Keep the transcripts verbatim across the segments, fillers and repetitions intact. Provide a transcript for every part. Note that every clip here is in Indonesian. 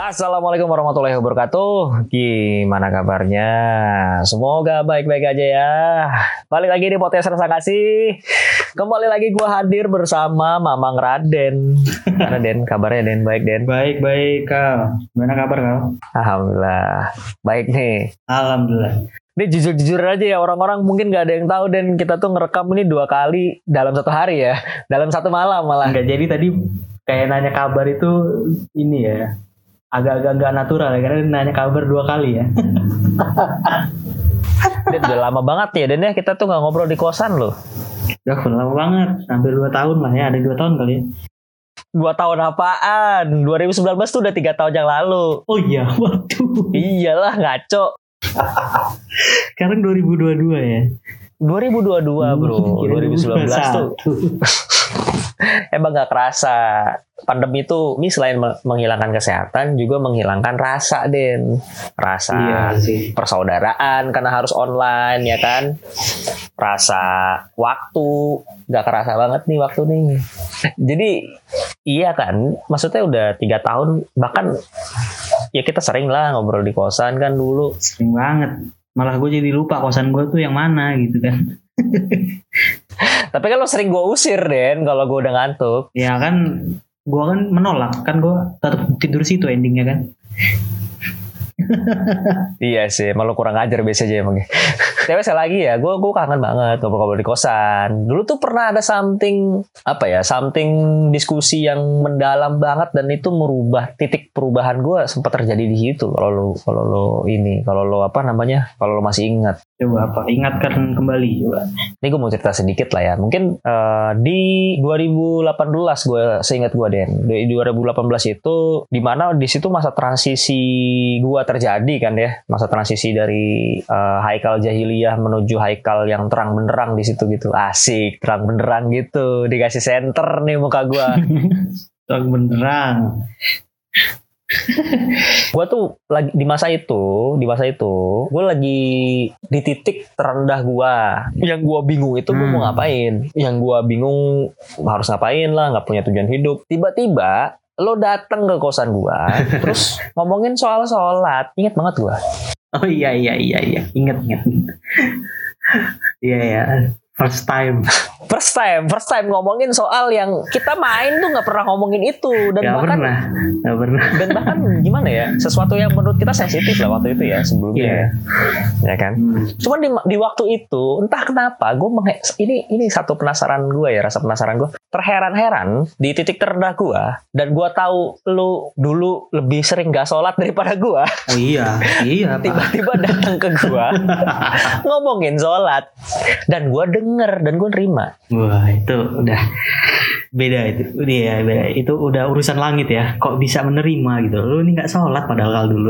Assalamualaikum warahmatullahi wabarakatuh. Gimana kabarnya? Semoga baik-baik aja ya. Balik lagi di podcast Rasa Kasih. Kembali lagi gue hadir bersama Mamang Raden. Mana Den? Kabarnya Den? Baik Den? Baik-baik Kal. Gimana kabar Kal? Alhamdulillah. Baik nih. Alhamdulillah. Ini jujur-jujur aja ya, orang-orang mungkin gak ada yang tahu dan kita tuh ngerekam ini dua kali dalam satu hari ya. Dalam satu malam malah. Enggak, jadi tadi kayak nanya kabar itu ini ya. Agak-agak nggak natural ya, karena nanya kabar dua kali ya. Dan udah lama banget ya Dan ya, kita tuh nggak ngobrol di kosan loh. Udah lama banget, hampir dua tahun lah ya, ada dua tahun kali ya. Dua tahun apaan? dua ribu sembilan belas tuh udah tiga tahun yang lalu. Oh iya, waduh. Iyalah ngaco. Sekarang dua ribu dua puluh dua ya. dua ribu dua puluh dua bro, dua ribu sembilan belas tuh emang gak kerasa. Pandemi itu ini selain menghilangkan kesehatan juga menghilangkan rasa Den. Rasa iya sih. Persaudaraan karena harus online ya kan. Rasa waktu gak kerasa banget nih waktu nih. Jadi iya kan, maksudnya udah tiga tahun. Bahkan ya kita sering lah ngobrol di kosan kan dulu. Sering banget. Malah gue jadi lupa kosan gue tuh yang mana gitu kan. Tapi kan lo sering gue usir Den kalau gue udah ngantuk. Ya kan, gue kan menolak. Kan gue tetap tidur situ endingnya kan. Iya sih, malu kurang ajar biasa aja emang. Tapi saya lagi ya, gue gue kangen banget ngobrol-ngobrol di kosan. Dulu tuh pernah ada something apa ya, something diskusi yang mendalam banget dan itu merubah titik perubahan gue sempat terjadi di situ. Kalau lo kalau lo ini, kalau lo apa namanya, kalau lo masih ingat. Coba apa? Ingatkan kembali coba. Ini gue mau cerita sedikit lah ya. Mungkin uh, di dua ribu delapan belas gue seingat gue Den. Di dua ribu delapan belas itu di mana di situ masa transisi gue terjadi kan ya. Masa transisi dari uh, Haikal jahiliyah menuju Haikal yang terang benderang di situ gitu. Asik, terang benderang gitu. Dikasih senter nih muka gue. Terang benderang. Gue tuh lagi di masa itu, di masa itu, gue lagi di titik terendah gue. Yang gue bingung itu gue hmm. mau ngapain? Yang gue bingung harus ngapain lah, nggak punya tujuan hidup. Tiba-tiba lo datang ke kosan gue, terus ngomongin soal sholat. Ingat banget gue. Oh iya iya iya iya, ingat ingat. Iya ya. First time. First time, first time ngomongin soal yang kita main tuh nggak pernah ngomongin itu dan gak bahkan pernah, gak pernah. Dan bahkan gimana ya, sesuatu yang menurut kita sensitif lah waktu itu ya sebelumnya yeah. ya, ya kan. Hmm. Cuman di, di waktu itu entah kenapa gue menge- ini ini satu penasaran gue ya, rasa penasaran gue terheran-heran di titik terendah gue dan gue tahu lu dulu lebih sering gak sholat daripada gue. Oh iya, iya. Tiba-tiba datang ke gue ngomongin sholat dan gue denger dan gue nerima. Wah itu udah beda itu, dia beda itu udah urusan langit ya. Kok bisa menerima gitu? Lu ini nggak sholat padahal dulu.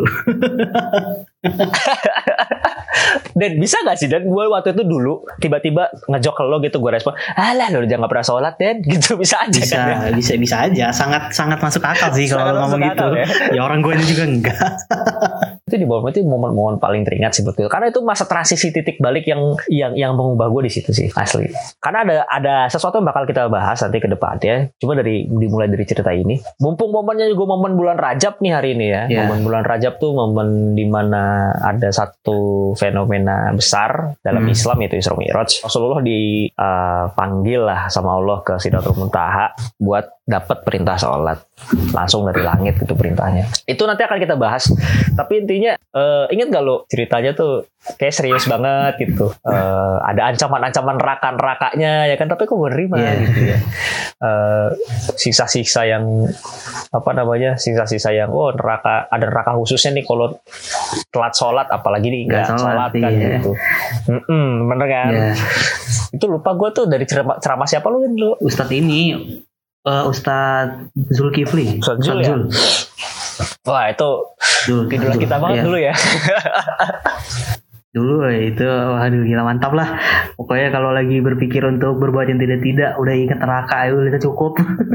Dan bisa gak sih Dan gue waktu itu dulu tiba-tiba ngejok ke lo gitu, gue respon, alah lo jangan pernah sholat Dan gitu. Bisa aja bisa, kan ya? bisa bisa aja, sangat sangat masuk akal sih kalau ngomong gitu ya. Ya orang gue ini juga enggak. Itu di bawah itu momen-momen paling teringat sih buat gue, karena itu masa transisi titik balik yang yang yang mengubah gue di situ sih asli. Karena ada ada sesuatu yang bakal kita bahas nanti ke depannya. Cuma dari dimulai dari cerita ini, mumpung momennya juga momen bulan Rajab nih hari ini ya. Yeah. Momen bulan Rajab tuh momen dimana ada satu fenomena besar dalam hmm. Islam, yaitu Isra Mi'raj. Rasulullah dipanggil uh, lah sama Allah ke Sidratul Muntaha buat dapat perintah sholat langsung dari langit, itu perintahnya. Itu nanti akan kita bahas. Tapi intinya uh, ingat gak lo ceritanya tuh kayak serius banget gitu. Uh, ada ancaman-ancaman neraka-nerakanya ya kan, tapi kok gue nerima yeah. gitu ya. Uh, sisa-sisa yang apa namanya? Sisa-sisa yang oh neraka, ada neraka khususnya nih kalau telat sholat, apalagi nih enggak sholat kan iya. gitu. Mm-mm, bener kan? Yeah. Itu lupa gue tuh dari ceramah, ceramah siapa lu dulu? Ustadz ini uh, Ustadz Zulkifli. Ustadz Zul ya? Wah itu idola kita banget yeah. dulu ya. Dulu eh, itu waduh gila mantap lah. Pokoknya kalau lagi berpikir untuk berbuat yang tidak-tidak udah ingat neraka itu udah cukup.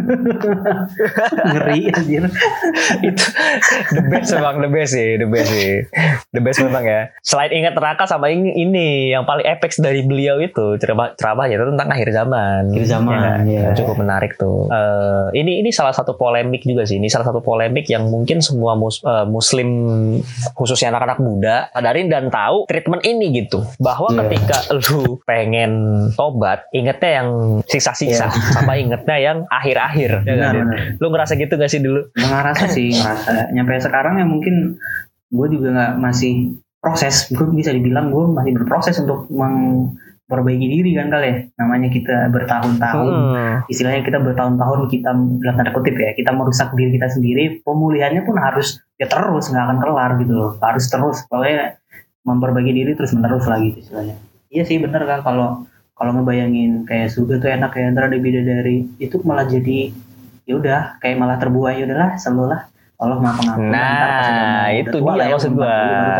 Ngeri anjir. Itu the best memang, the best sih, the best sih. The best memang ya. Selain ingat neraka sama ini, ini yang paling apex dari beliau itu ceramah ceramahnya itu tentang akhir zaman. Akhir zaman ya, ya. Cukup menarik tuh. Uh, ini ini salah satu polemik juga sih. Ini salah satu polemik yang mungkin semua mus, uh, muslim khususnya anak-anak muda sadarin dan tahu treatment ini gitu, bahwa yeah. ketika lu pengen tobat ingetnya yang siksa-siksa yeah. sama ingetnya yang akhir-akhir ya kan? Lu ngerasa gitu gak sih dulu? Ngerasa sih, ngerasa nyampe sekarang ya mungkin gue juga gak masih proses, gue bisa dibilang gue masih berproses untuk memperbaiki diri kan kali ya, namanya kita bertahun-tahun hmm. istilahnya kita bertahun-tahun kita dalam tanda kutip ya, kita merusak diri kita sendiri, pemulihannya pun harus ya terus, gak akan kelar gitu loh, harus terus, pokoknya memperbaiki diri terus menerus lagi istilahnya. Iya sih benar kan, kalau kalau ngebayangin kayak surga tuh enak kayak antara ada bidadari itu malah jadi ya udah kayak malah terbuai, ya udahlah selalulah Allah maha pengampun. Nah itu dia maksud gua.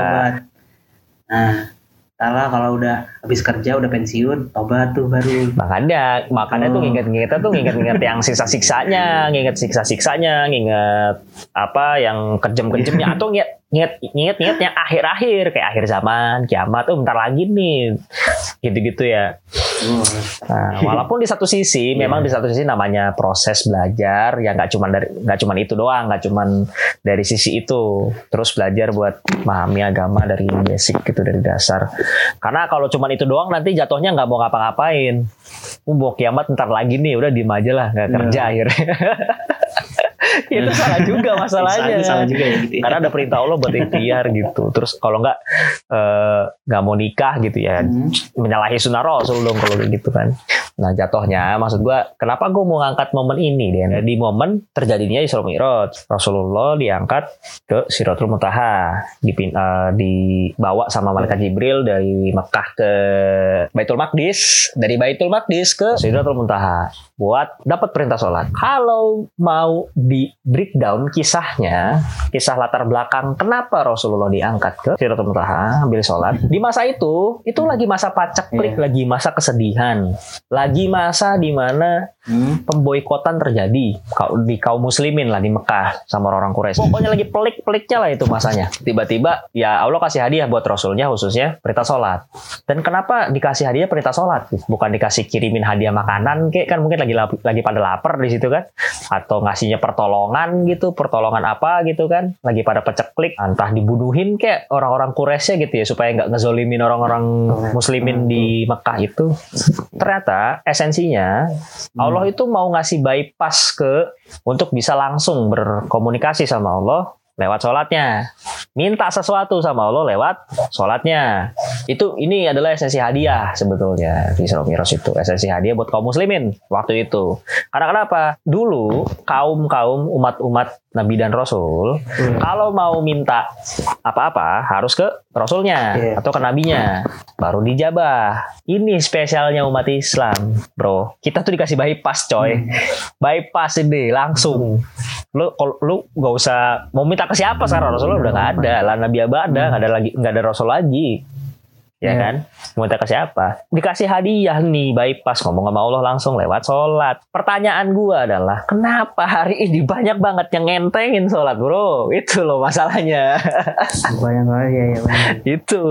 Nah salah kalau udah habis kerja udah pensiun tobat tuh baru. Makanya makanya oh. tuh nginget-ngingetnya tuh nginget-nginget yang siksa-siksanya, nginget siksa-siksanya, nginget apa yang kejam-kejamnya atau nginget nginget-nginget yang akhir-akhir kayak akhir zaman, kiamat tuh bentar lagi nih. Gitu-gitu ya. Nah, walaupun di satu sisi yeah. memang di satu sisi namanya proses belajar ya nggak cuma dari nggak cuma itu doang, nggak cuma dari sisi itu, terus belajar buat memahami agama dari basic gitu, dari dasar. Karena kalau cuma itu doang nanti jatuhnya nggak mau ngapa-ngapain. Uh, mau kiamat ntar lagi nih, udah diem aja lah, nggak kerja yeah. akhirnya. Itu salah juga masalahnya. Salah juga ya, gitu ya. Karena ada perintah Allah buat ikhtiar gitu. Terus kalau nggak nggak uh, mau nikah gitu ya, hmm. menyalahi sunnah Rasul dong kalau gitu kan. Nah jatuhnya, maksud gue, kenapa gue mau ngangkat momen ini Den? Di momen terjadinya Isra Mi'raj, Rasulullah diangkat ke Sidratul Muntaha, dipin, uh, dibawa sama malaikat Jibril dari Mekah ke Baitul Maqdis, dari Baitul Maqdis ke Sidratul Muntaha buat dapat perintah sholat. Kalau mau di breakdown kisahnya, kisah latar belakang kenapa Rasulullah diangkat ke Sidratul Muntaha ambil sholat, di masa itu itu lagi masa paceklik, yeah. lagi masa kesedihan, lagi masa di mana hmm. pemboikotan terjadi di kaum muslimin lah di Mekah sama orang Quraisy. Pokoknya lagi pelik-peliknya lah itu masanya. Tiba-tiba ya Allah kasih hadiah buat Rasulnya, khususnya perintah sholat. Dan kenapa dikasih hadiah perintah sholat? Bukan dikasih kirimin hadiah makanan, kayak kan mungkin lagi lagi pada lapar di situ kan, atau ngasihnya pertolongan gitu, pertolongan apa gitu kan, lagi pada peceklik, entah dibunuhin kayak orang-orang Quraisy gitu ya supaya nggak ngezolimin orang-orang muslimin di Mekah itu. Ternyata esensinya Allah itu mau ngasih bypass ke untuk bisa langsung berkomunikasi sama Allah lewat sholatnya, minta sesuatu sama Allah lewat sholatnya. Itu ini adalah esensi hadiah sebetulnya di Isra Mi'raj itu, esensi hadiah buat kaum muslimin waktu itu. Karena kenapa? Dulu kaum-kaum umat-umat Nabi dan Rasul hmm. kalau mau minta apa-apa harus ke Rasulnya yeah. atau ke Nabinya baru dijabah. Ini spesialnya umat Islam, bro. Kita tuh dikasih bypass, coy. Hmm. Bypass ini langsung. Lu lu nggak usah mau minta ke siapa sekarang, Rasulullah udah nggak ada lah, Nabi Abah ada, nggak ada lagi, nggak ada Rasul lagi. Ya yeah. kan? Mau minta ke siapa? Dikasih hadiah nih, bypass, ngomong sama Allah langsung lewat sholat. Pertanyaan gua adalah, kenapa hari ini banyak banget yang ngentengin sholat, bro? Itu loh masalahnya. Banyak banget ya, ya banyak. Itu.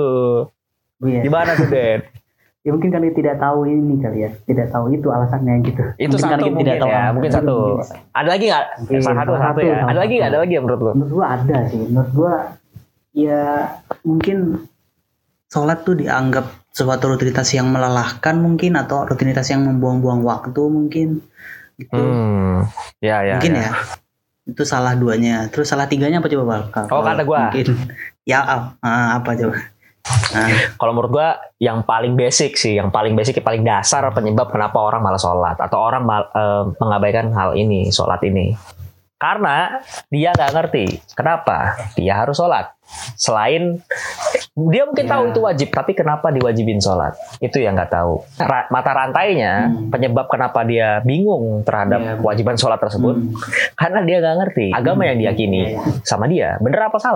Ya. Gimana tuh, Den? Ya mungkin karena tidak tahu ini kali ya, tidak tahu itu alasannya gitu. Itu mungkin satu mungkin tidak tahu ya, mungkin satu. Ada lagi nggak? Okay, satu, satu ya. Ada lagi nggak? Ada lagi ya menurut lo? Menurut gua ada sih. Menurut gua ya mungkin sholat tuh dianggap suatu rutinitas yang melelahkan mungkin, atau rutinitas yang membuang-buang waktu mungkin gitu. Hmm, ya ya. Mungkin ya. ya. Itu salah duanya. Terus salah tiganya apa coba Bal? Oh kata gua. Mungkin. Ya uh, apa coba? Nah. Kalau menurut gua yang paling basic sih, yang paling basic, yang paling dasar penyebab kenapa orang malas sholat atau orang mal, uh, mengabaikan hal ini, sholat ini. Karena dia nggak ngerti kenapa dia harus sholat. Selain dia mungkin yeah. tahu itu wajib, tapi kenapa diwajibin sholat? Itu yang nggak tahu. Ra- mata rantainya hmm. penyebab kenapa dia bingung terhadap yeah. kewajiban sholat tersebut, hmm. karena dia nggak ngerti agama yang diyakini yeah. sama dia bener apa salah.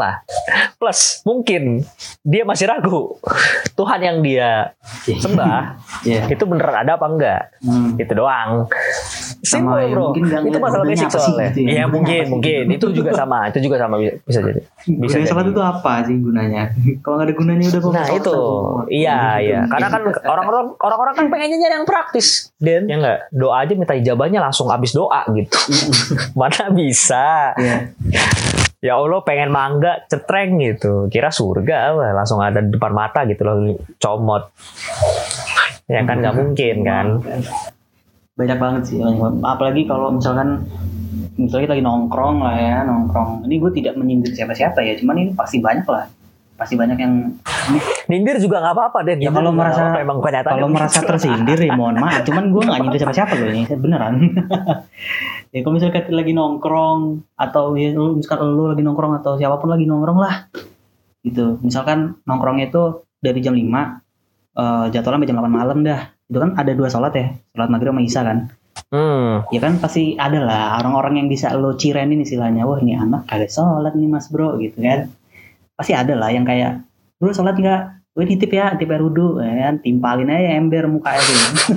Plus mungkin dia masih ragu Tuhan yang dia sembah yeah. itu beneran ada apa enggak. Hmm. Itu doang. Sama Simple ya, bro. mungkin Itu masalah basic gunanya apa sih soalnya. gitu ya? Iya Gunanya mungkin apa sih? mungkin itu juga sama. Itu juga sama bisa, bisa jadi. Bisa Gunanya sholat jadi. itu apa sih gunanya? Kalau nggak ada gunanya udah kok. Nah itu, iya iya. Karena kan orang-orang orang-orang kan pengennya nyari yang praktis, Dan. Ya enggak, doa aja minta ijabahnya langsung abis doa gitu. Mana bisa? Iya. Ya Allah pengen mangga cetreng gitu, kira surga apa langsung ada di depan mata gitu loh, comot. Ya kan nggak mungkin kan. Banyak banget sih, apalagi kalau misalkan misalnya kita lagi nongkrong lah ya, nongkrong. Ini gue tidak menyindir siapa-siapa ya, cuman ini pasti banyak lah. Pasti banyak yang nyindir juga nggak apa-apa deh. Ya kalau merasa emang kalau merasa tersindir ya mohon maaf. Cuman gue nggak nyindir siapa-siapa loh ini beneran. Ya kalau misalnya kita lagi nongkrong atau ya lu misalkan lu lagi nongkrong atau siapapun lagi nongkrong lah, gitu. Misalkan nongkrongnya itu dari jam lima uh, jadwalnya sampai jam delapan malam dah. Itu kan ada dua sholat ya, sholat maghrib sama isya kan. Hmm. Ya kan pasti ada lah orang-orang yang bisa lo cirenin istilahnya. Wah ini anak kagak sholat nih mas bro gitu kan. Pasti ada lah yang kayak bro sholat nggak? Gue nitip ya, nitip air wudhu, ya kan? Timpalin aja ember muka aja.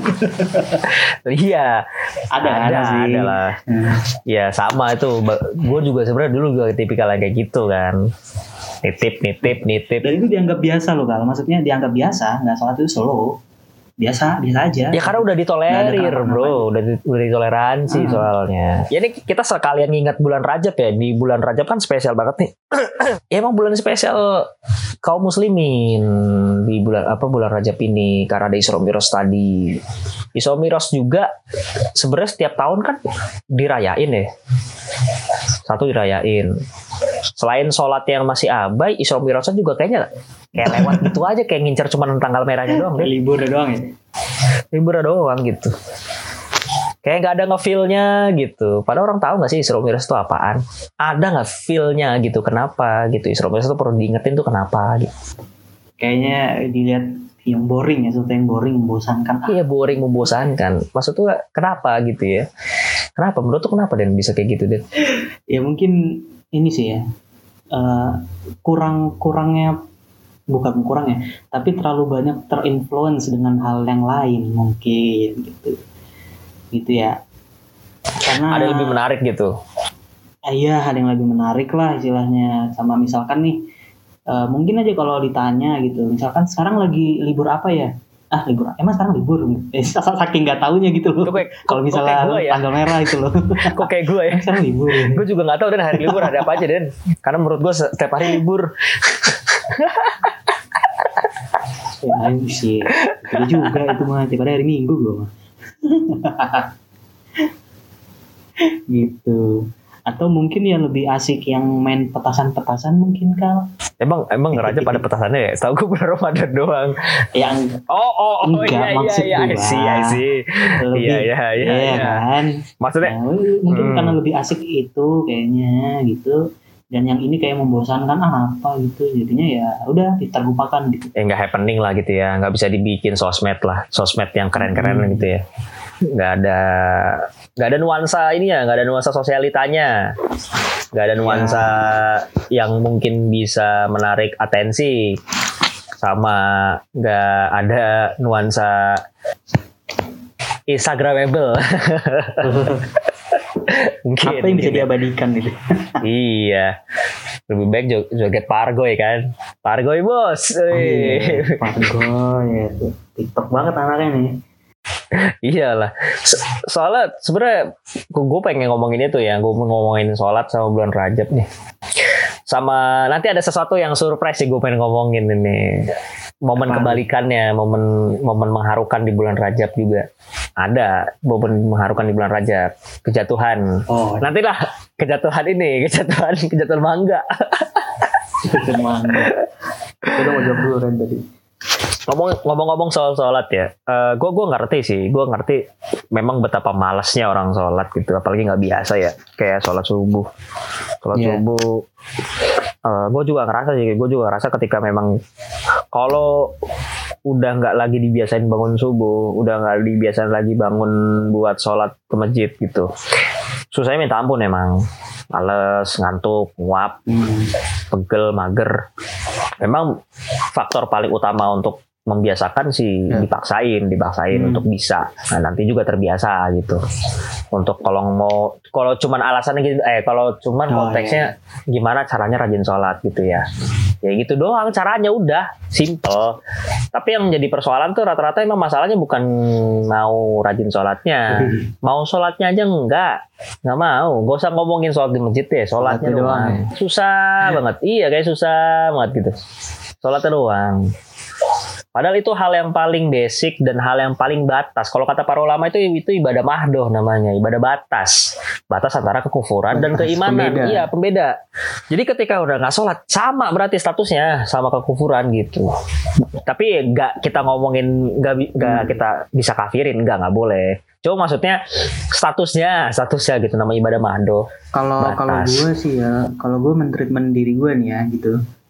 Iya, ada, ada, sih. Ada lah. Hmm. Ya sama itu. Gue juga sebenarnya dulu juga tipikal kayak gitu kan. Nitip, nitip, nitip. Dan itu dianggap biasa loh kalau maksudnya dianggap biasa, nggak sholat itu slow. Biasa, biasa aja. Ya karena udah ditolerir bro, udah, di, udah ditoleransi hmm. soalnya. Ya ini kita sekalian ngingat bulan Rajab ya. Di bulan Rajab kan spesial banget nih. Ya emang bulan spesial kaum muslimin di bulan apa bulan Rajab ini karena ada Isra Mi'raj tadi. Isra Mi'raj juga sebenarnya setiap tahun kan dirayain ya. Satu dirayain. Selain sholat yang masih abai, Isra Mi'raj juga kayaknya kayak lewat gitu aja, kayak ngincer cuma tanggal merahnya doang. Libur doang ya? Libur doang gitu. Kayak gak ada nge-feel-nya gitu. Padahal orang tahu gak sih Isra Mi'raj itu apaan? Ada gak feel-nya gitu? Kenapa gitu? Isra Mi'raj itu perlu diingetin tuh kenapa gitu. Kayaknya dilihat yang boring ya, sesuatu yang boring, membosankan. Iya boring, membosankan. Maksudnya kenapa gitu ya? Kenapa? Menurut tuh kenapa Dan bisa kayak gitu Dan? Ya mungkin ini sih ya. Uh, kurang-kurangnya bukan kurang ya, tapi terlalu banyak terinfluence dengan hal yang lain mungkin gitu, gitu ya. Karena ada yang lebih menarik gitu. Iya, ada yang lebih menarik lah istilahnya. Sama misalkan nih, uh, mungkin aja kalau ditanya gitu, misalkan sekarang lagi libur apa ya? Ah libur, emang sekarang libur? Eh, saking nggak taunya gitu loh. Kalau misalnya ya? Tanggal merah itu loh. Kok kayak gue ya? Sekarang libur. Ya? Gue juga nggak tahu Dan hari libur ada apa aja Dan. Karena menurut gue setiap hari libur. Ya sih, itu juga itu mah tiap hari Minggu gue mah. Gitu. Atau mungkin yang lebih asik yang main petasan-petasan mungkin Kal. Emang emang Rajab pada petasannya ya? Setahu gue bulan Ramadan doang. Yang oh oh oh enggak, iya iya iya I see I see. Iya iya iya iya kan. Maksudnya nah, mungkin hmm. karena lebih asik itu kayaknya gitu. Dan yang ini kayak membosankan ah, apa gitu, jadinya ya udah diterlupakan gitu. Ya nggak happening lah gitu ya, nggak bisa dibikin sosmed lah, sosmed yang keren-keren hmm. gitu ya. Nggak ada nggak ada nuansa ini ya, nggak ada nuansa sosialitanya, nggak ada nuansa ya. Yang mungkin bisa menarik atensi, sama nggak ada nuansa Instagramable. Mungkin apa yang bisa diabadikan gitu. Iya, lebih baik joget Pargoy kan. Pargoy bos. Oh, iya. Pargoy ya tuh TikTok banget anaknya nih. Iyalah. So- soalnya sebenarnya gue pengen ngomongin itu ya, gue ngomongin sholat sama bulan Rajab nih. Sama nanti ada sesuatu yang surprise sih gue pengen ngomongin ini. Momen apa? Kebalikannya, momen momen mengharukan di bulan Rajab juga. Ada momen mengharukan di bulan Rajab, kejatuhan. Oh. Nantilah kejatuhan ini, kejatuhan kejatuhan mangga. Kejatuhan mangga. Udah mau jawab dulu kan tadi. Ngomong ngomong-ngomong soal sholat ya, uh, gue gue ngerti sih, gue ngerti memang betapa malasnya orang sholat gitu, apalagi nggak biasa ya, kayak sholat subuh, sholat yeah. subuh. Uh, gue juga ngerasa sih, gue juga ngerasa ketika memang kalau udah nggak lagi dibiasain bangun subuh, udah nggak dibiasain lagi bangun buat sholat ke masjid gitu, susahnya minta ampun emang. males, ngantuk, nguap, Hmm. pegel, mager. Memang faktor paling utama untuk membiasakan sih Ya. dipaksain, dipaksain Hmm. untuk bisa. Nah, nanti juga terbiasa gitu. Untuk kalau mau, kalau cuman alasannya gitu, eh kalau cuman Oh, konteksnya gimana caranya rajin sholat gitu ya. Ya gitu doang caranya, udah simple. Tapi yang jadi persoalan tuh rata-rata emang masalahnya bukan mau rajin sholatnya, mau sholatnya aja enggak, nggak mau. Gak usah ngomongin sholat di masjid deh, sholatnya Sholatnya doang. doang. Susah banget, iya kayak susah banget gitu. Sholatnya doang. Padahal itu hal yang paling basic dan hal yang paling batas. Kalau kata para ulama itu itu ibadah mahdoh namanya, ibadah batas. Batas antara kekufuran dan Batas, keimanan. pembeda. Iya, pembeda. Jadi ketika udah nggak sholat, sama berarti statusnya sama kekufuran gitu. Tapi nggak kita ngomongin, nggak bi- nggak kita bisa kafirin, nggak nggak boleh. Cuma maksudnya statusnya, statusnya gitu namanya ibadah mahdoh. Kalau Batas. kalau gue sih ya, kalau gue mentreatment diri gue nih ya gitu.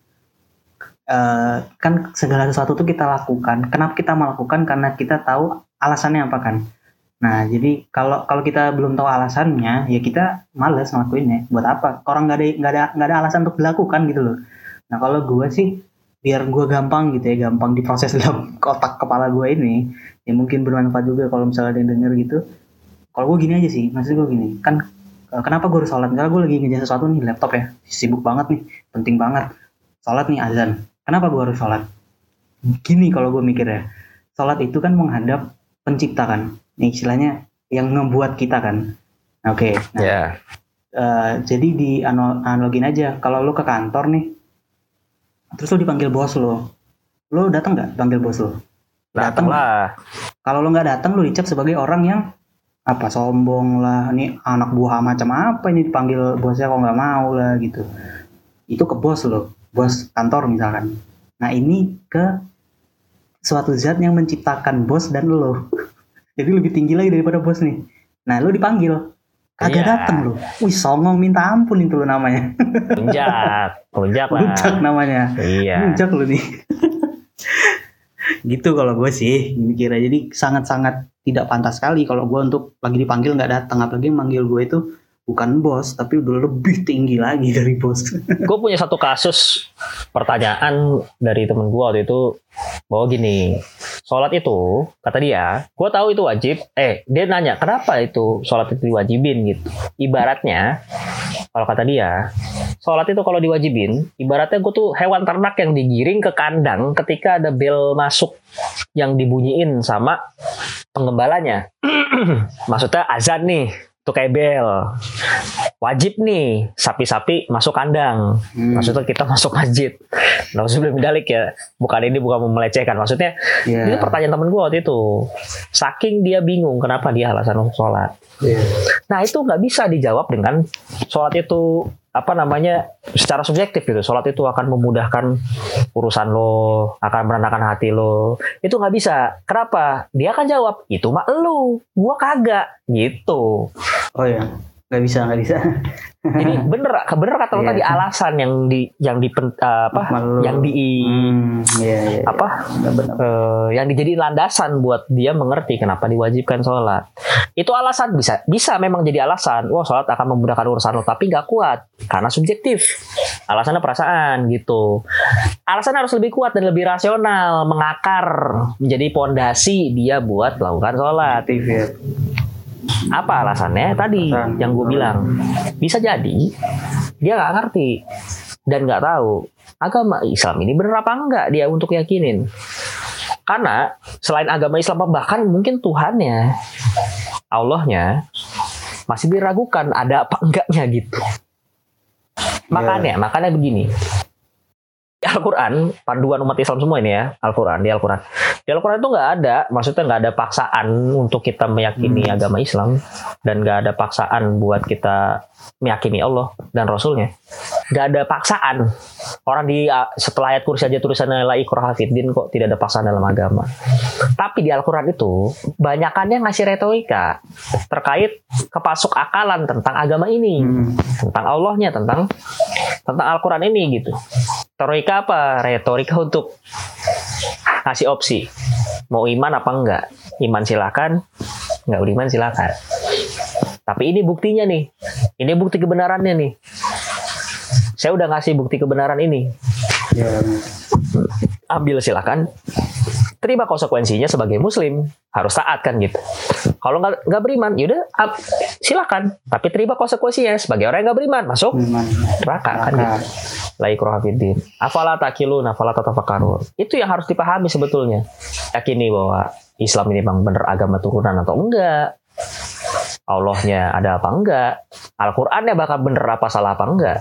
Eh, kan segala sesuatu tuh kita lakukan. Kenapa kita melakukan? Karena kita tahu alasannya apa kan. Nah, jadi kalau kalau kita belum tahu alasannya, ya kita males ngelakuinnya. Buat apa? Orang nggak ada nggak ada nggak ada alasan untuk dilakukan gitu loh. Nah, kalau gue sih biar gue gampang gitu ya, gampang diproses dalam kotak kepala gue ini, ya mungkin bermanfaat juga kalau misalnya ada yang denger gitu. Kalau gue gini aja sih, maksud gue gini, kan eh, kenapa gue harus sholat? Karena gue lagi ngerjain sesuatu nih, laptop ya, sibuk banget nih, penting banget. Sholat nih azan. Kenapa gue harus sholat? Gini kalau gue mikir ya, sholat itu kan menghadap pencipta kan, nih istilahnya yang ngebuat kita kan. Oke, nah, Ya. eh, jadi di ano- analogin aja, kalau lo ke kantor nih, terus lo dipanggil bos lo, lo datang nggak panggil bos lo? Datang lah. Kalau lo nggak datang, lo dicap sebagai orang yang apa, sombong lah, ini anak buah macam apa ini dipanggil bosnya kok nggak mau lah gitu. Itu ke bos lo, bos kantor misalkan. Nah ini ke suatu zat yang menciptakan bos dan lo. Jadi lebih tinggi lagi daripada bos nih. Nah lo dipanggil, kagak Iya. datang lo. Wih songong minta ampun itu lo namanya. Lunjak, lunjak lah. Puncak namanya. Iya. Puncak lo nih. Gitu kalau gue sih mikirnya. Jadi sangat-sangat tidak pantas sekali kalau gue untuk lagi dipanggil nggak datang. Apalagi yang manggil gue itu bukan bos, tapi udah lebih tinggi lagi dari bos. Gue punya satu kasus pertanyaan dari temen gue waktu itu, bahwa gini, sholat itu kata dia, gue tahu itu wajib. Eh dia nanya kenapa itu sholat itu diwajibin gitu. Ibaratnya kalau kata dia, sholat itu kalau diwajibin, ibaratnya gue tuh hewan ternak yang digiring ke kandang ketika ada bel masuk yang dibunyiin sama penggembalanya. Maksudnya azan nih, tuh kayak bel. Wajib nih sapi-sapi masuk kandang. Hmm. Maksudnya kita masuk masjid. Nah, maksudnya belum dalik ya. Bukan ini bukan melecehkan. Maksudnya Yeah. itu pertanyaan temen gue waktu itu. Saking dia bingung kenapa dia alasan untuk sholat. Yeah. Nah itu nggak bisa dijawab dengan sholat itu apa namanya secara subjektif gitu. Sholat itu akan memudahkan urusan lo, akan menenangkan hati lo. Itu nggak bisa. Kenapa? Dia akan jawab itu mah lo, gua kagak gitu. Oh ya, nggak bisa nggak bisa. Jadi bener, bener kata lo Iya. tadi alasan yang di yang di uh, apa Malu. yang di Hmm, iya, iya. apa Benar-benar. eh, yang dijadiin landasan buat dia mengerti kenapa diwajibkan sholat. Itu alasan bisa bisa memang jadi alasan. Wah sholat akan memudahkan urusan lo, tapi nggak kuat karena subjektif. Alasannya perasaan gitu. Alasan harus lebih kuat dan lebih rasional, mengakar menjadi pondasi dia buat melakukan sholat. Aktif ya. Apa alasannya? Tadi Alasan. yang gue bilang, bisa jadi dia nggak ngerti dan nggak tahu agama Islam ini bener apa enggak dia untuk yakinin. Karena selain agama Islam, bahkan mungkin Tuhannya, Allahnya masih diragukan ada apa enggaknya gitu. Makanya, makanya begini. Di Al-Quran, panduan umat Islam semua ini ya, Al-Quran, di Al-Quran. Di Al-Quran itu nggak ada, maksudnya nggak ada paksaan untuk kita meyakini Hmm. agama Islam. Dan nggak ada paksaan buat kita meyakini Allah dan Rasulnya. Nggak ada paksaan. Orang di setelah ayat kursi aja tulisannya la ikraha fiddin, kok tidak ada paksaan dalam agama. Tapi di Al-Quran itu, banyakannya ngasih retorika terkait kepasuk akalan tentang agama ini. Hmm. Tentang Allahnya, tentang tentang Al-Quran ini gitu. Retorika apa? Retorika untuk ngasih opsi. Mau iman apa enggak? Iman silakan, enggak beriman silakan. Tapi ini buktinya nih. Ini bukti kebenarannya nih. Saya udah ngasih bukti kebenaran ini. Ya. Ambil silakan. Terima konsekuensinya sebagai muslim, harus taat kan gitu. Kalau nggak nggak beriman, yaudah silakan. Tapi terima konsekuensinya sebagai orang yang nggak beriman, masuk neraka kan gitu. La ikraha fiddin. Afala taqilun, afala tatafakkarun. Itu yang harus dipahami sebetulnya. Yakini bahwa Islam ini memang benar agama turunan atau enggak. Allahnya ada apa enggak? Al-Qur'annya bakal bener apa salah apa enggak?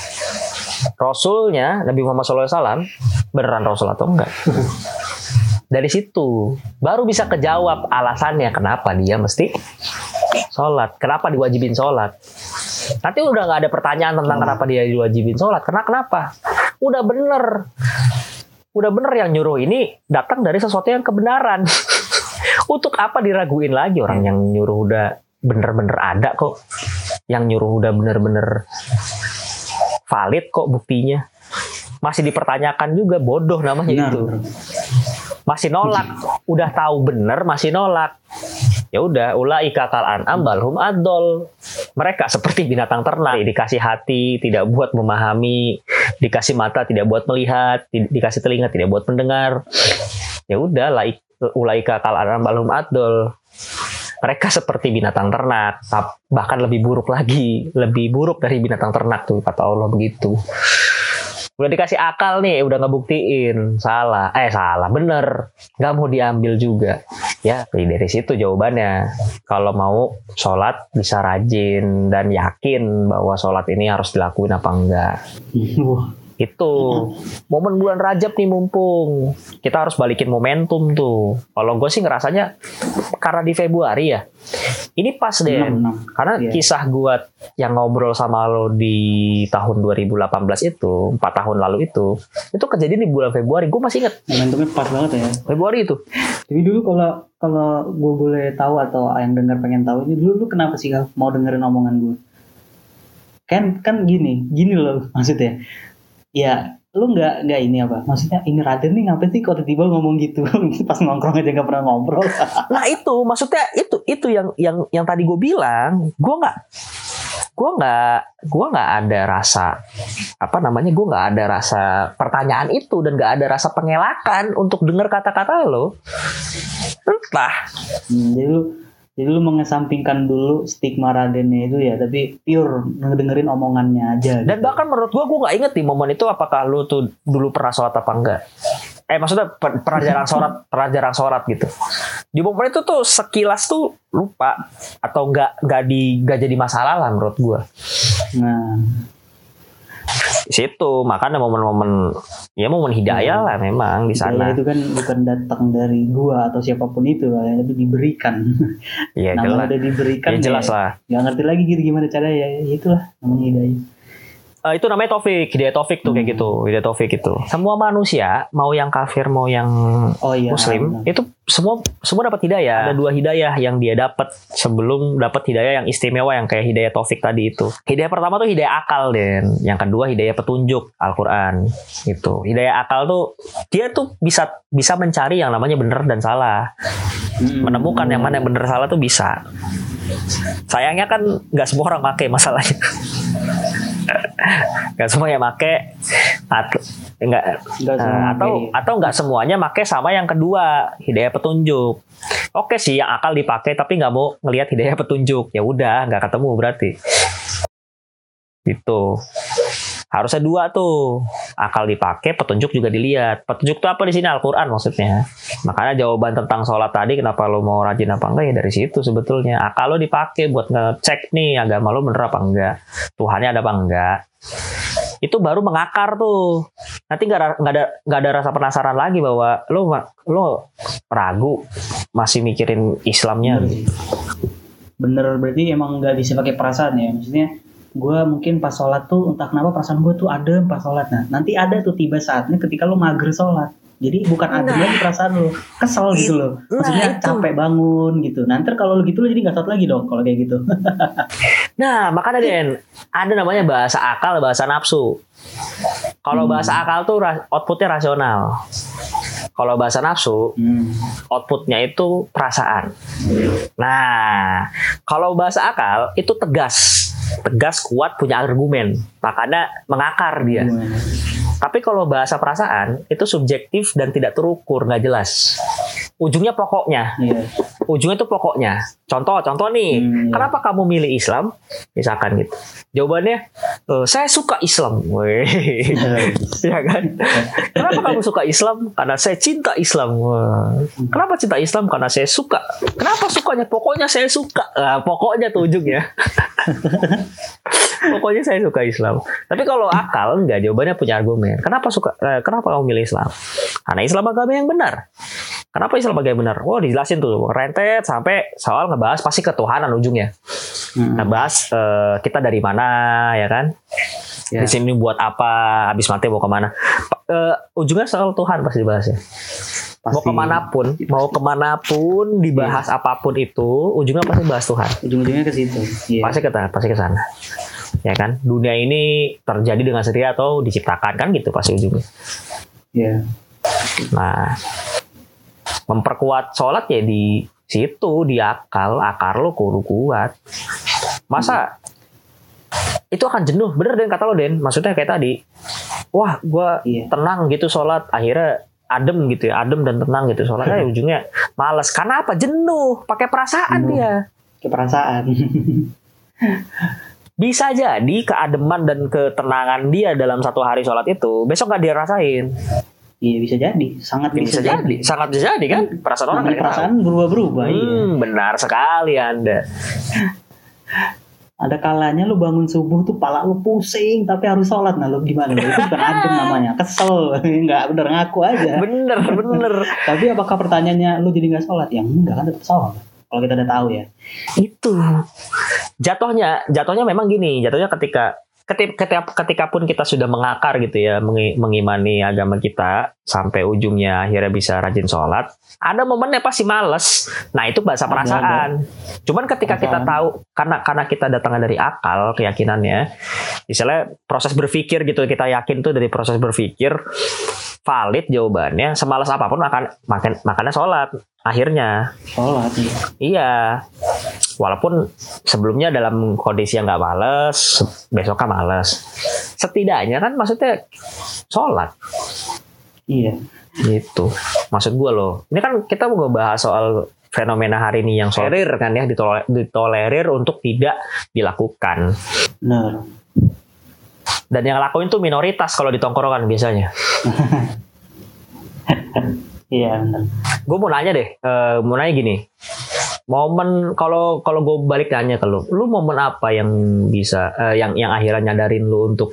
Rasulnya Nabi Muhammad shallallahu alaihi wasallam beneran Rasul atau enggak? Dari situ baru bisa kejawab alasannya kenapa dia mesti sholat, kenapa diwajibin sholat. Nanti udah nggak ada pertanyaan tentang kenapa dia diwajibin sholat, karena kenapa? Udah bener, udah bener yang nyuruh ini datang dari sesuatu yang kebenaran. Untuk apa diraguin lagi? Orang yang nyuruh udah bener-bener ada kok, yang nyuruh udah bener-bener valid kok buktinya. Masih dipertanyakan juga, bodoh namanya. Benar. Itu masih nolak, udah tahu bener masih nolak. Ya udah, ulaika kal an'am bal hum adol. Mereka seperti binatang ternak, dikasih hati tidak buat memahami, dikasih mata tidak buat melihat, dikasih telinga tidak buat mendengar. Ya udah, ulaika kal an'am bal hum adol. Mereka seperti binatang ternak, bahkan lebih buruk lagi, lebih buruk dari binatang ternak tuh kata Allah begitu. Udah dikasih akal nih, udah ngebuktiin salah, eh salah, bener, nggak mau diambil juga. Ya, dari situ jawabannya. Kalau mau sholat bisa rajin dan yakin bahwa sholat ini harus dilakuin apa enggak. Itu momen bulan Rajab nih mumpung, kita harus balikin momentum tuh. Kalau gue sih ngerasanya karena di Februari ya, ini pas deh. Karena yeah. Kisah gue yang ngobrol sama lo di tahun dua ribu delapan belas itu, empat tahun lalu itu, itu kejadian di bulan Februari. Gue masih inget. Momentumnya pas banget ya. Februari itu. Tapi dulu kalau kalau gue boleh tahu atau yang dengar pengen tahu ini dulu lu kenapa sih Kal mau dengerin omongan gue? Kan kan gini, gini loh maksudnya. Ya, lu nggak nggak ini apa? Maksudnya ini Raden nih ngapain sih kok tiba-tiba ngomong gitu? Pas nongkrong aja nggak pernah ngobrol. Nah itu maksudnya itu itu yang yang yang tadi gue bilang, gue nggak gue nggak gue nggak ada rasa apa namanya gue nggak ada rasa pertanyaan itu dan nggak ada rasa pengelakan untuk dengar kata-kata lo. Entah. Hmm, jadi lu Jadi lu mengesampingkan dulu stigma Radennya itu ya, tapi pure ngedengerin omongannya aja. Dan gitu. Bahkan menurut gua, gua nggak inget di momen itu apakah lu tuh dulu pernah sholat apa enggak. Eh maksudnya per, pernah jarang sholat, pernah jarang sholat gitu. Di momen itu tuh sekilas tuh lupa atau nggak nggak di nggak jadi masalah lah menurut gua. Nah. Situ makanya momen-momen ya momen hidayah hmm. lah memang di sana. Itu kan bukan datang dari gua atau siapapun itu lah, tapi diberikan. Iya jelas. Udah diberikan ya, jelas ya, lah. Gak ngerti lagi gitu gimana caranya ya, itulah namanya hidayah. Uh, itu namanya taufik, hidayah taufik tuh hmm. kayak gitu, hidayah taufik itu. Semua manusia, mau yang kafir mau yang oh, iya, muslim, benar. Itu semua semua dapat hidayah. Ada dua hidayah yang dia dapat sebelum dapat hidayah yang istimewa yang kayak hidayah taufik tadi itu. Hidayah pertama tuh hidayah akal, Den. Yang kedua hidayah petunjuk Al-Qur'an. Itu. Hidayah akal tuh dia tuh bisa bisa mencari yang namanya benar dan salah. Hmm. Menemukan yang mana yang benar salah tuh bisa. Sayangnya kan nggak semua orang pakai masalahnya. Gak semua yang make atau enggak uh, atau make. atau nggak semuanya make sama yang kedua hidayah petunjuk. Oke sih yang akal dipakai tapi nggak mau ngelihat hidayah petunjuk, ya udah nggak ketemu berarti. Gitu. Harusnya dua tuh, akal dipakai, petunjuk juga dilihat. Petunjuk itu apa di sini? Al-Qur'an maksudnya. Makanya jawaban tentang sholat tadi, kenapa lo mau rajin apa enggak ya dari situ sebetulnya. Akal lo dipakai buat ngecek nih agama lo bener apa enggak, Tuhannya ada apa enggak. Itu baru mengakar tuh. Nanti nggak nggak ada nggak ada rasa penasaran lagi bahwa lo lo ragu, masih mikirin Islamnya. Bener, bener berarti emang nggak bisa pakai perasaan ya, maksudnya. Gue mungkin pas sholat tuh entah kenapa perasaan gue tuh adem pas sholat. Nah nanti ada tuh tiba saatnya ketika lo mager sholat, jadi bukan adem nah, lagi perasaan lo, kesel gitu loh, maksudnya nah, capek bangun gitu. Nanti kalau lo gitu lo jadi nggak sholat lagi dong kalau kayak gitu. Nah makanya Den, ada namanya bahasa akal, bahasa nafsu. Kalau hmm. bahasa akal tuh outputnya rasional. Kalau bahasa nafsu, hmm. outputnya itu perasaan. Nah, kalau bahasa akal itu tegas. tegas, kuat, punya argumen, makanya mengakar dia. Gimana? Tapi kalau bahasa perasaan itu subjektif dan tidak terukur, nggak jelas. Ujungnya pokoknya. Iya. Ujungnya itu pokoknya. Contoh, contoh nih. Hmm, iya. Kenapa kamu milih Islam? Misalkan gitu. Jawabannya, e, saya suka Islam. Weh. Ya kan? Kenapa kamu suka Islam? Karena saya cinta Islam. Wah. Kenapa cinta Islam? Karena saya suka. Kenapa sukanya? Pokoknya saya suka. Nah, pokoknya tuh ujungnya. Pokoknya saya suka Islam. Tapi kalau akal enggak, jawabannya punya argumen. Kenapa suka? Eh, kenapa kamu milih Islam? Karena Islam agama yang benar. Kenapa Islam agama yang benar? Oh, dijelasin tuh rentet sampai soal ngebahas pasti ketuhanan ujungnya. Hmm. Ngebahas eh, kita dari mana, ya kan? Ya. Di sini buat apa? Habis mati mau kemana? Eh, ujungnya soal Tuhan pasti dibahasnya. Pasti. Mau kemanapun, mau kemanapun dibahas Iya. apapun itu, ujungnya pasti bahas Tuhan. Ujung-ujungnya ke situ. Iya. Pasti ke pasti ke sana. Ya kan? Dunia ini terjadi dengan sendiri atau diciptakan, kan gitu pasti ujungnya. Iya. Nah, memperkuat sholat ya di situ, di akal, akar lo kudu kuat. Masa itu akan jenuh, bener Den kata lo Den. Maksudnya kayak tadi, wah gue Iya. tenang gitu sholat, akhirnya adem gitu ya, adem dan tenang gitu sholatnya, ujungnya malas. Karena apa? Jenuh, pakai perasaan Jenuh. dia. Ke perasaan. Bisa jadi keademan dan ketenangan dia dalam satu hari sholat itu besok nggak dia rasain. Iya bisa jadi, sangat Bisa, bisa, jadi, sangat bisa jadi kan? Perasaan orang Namanya nggak perasaan tahu. berubah-berubah. Iya. Hmm, benar sekali Anda. Ada kalanya lu bangun subuh tuh pala lu pusing tapi harus sholat. Nah lu gimana? Itu bukan adem namanya, kesel. Nggak bener ngaku aja. Bener, bener. Tapi apakah pertanyaannya lu jadi nggak sholat? Ya enggak kan tetap sholat. Kalau kita udah tahu ya. Itu jatuhnya, jatuhnya memang gini. Jatuhnya ketika ketika ketika pun kita sudah mengakar gitu ya, mengi- mengimani agama kita sampai ujungnya akhirnya bisa rajin sholat, ada momennya pasti males. Nah itu bahasa Ada, perasaan. Cuman ketika kita Perasaan. tahu, karena karena kita datangnya dari akal keyakinannya, misalnya proses berpikir gitu, kita yakin tuh dari proses berpikir valid jawabannya, semalas apapun akan makan makannya sholat akhirnya. Sholat. Iya. Iya, walaupun sebelumnya dalam kondisi yang nggak males, besoknya males. Setidaknya kan maksudnya sholat. Iya. Gitu. Maksud gue loh. Ini kan kita mau ngebahas soal fenomena hari ini yang tolerir kan ya, ditole- ditolerir untuk tidak dilakukan. Benar. Dan yang lakuin tuh minoritas kalau di tongkrongan biasanya. Iya benar. Gue mau nanya deh, eh, mau nanya gini. Momen kalau kalau gue balik nanya ke lu, lu momen apa yang bisa eh, yang yang akhirnya nyadarin lu untuk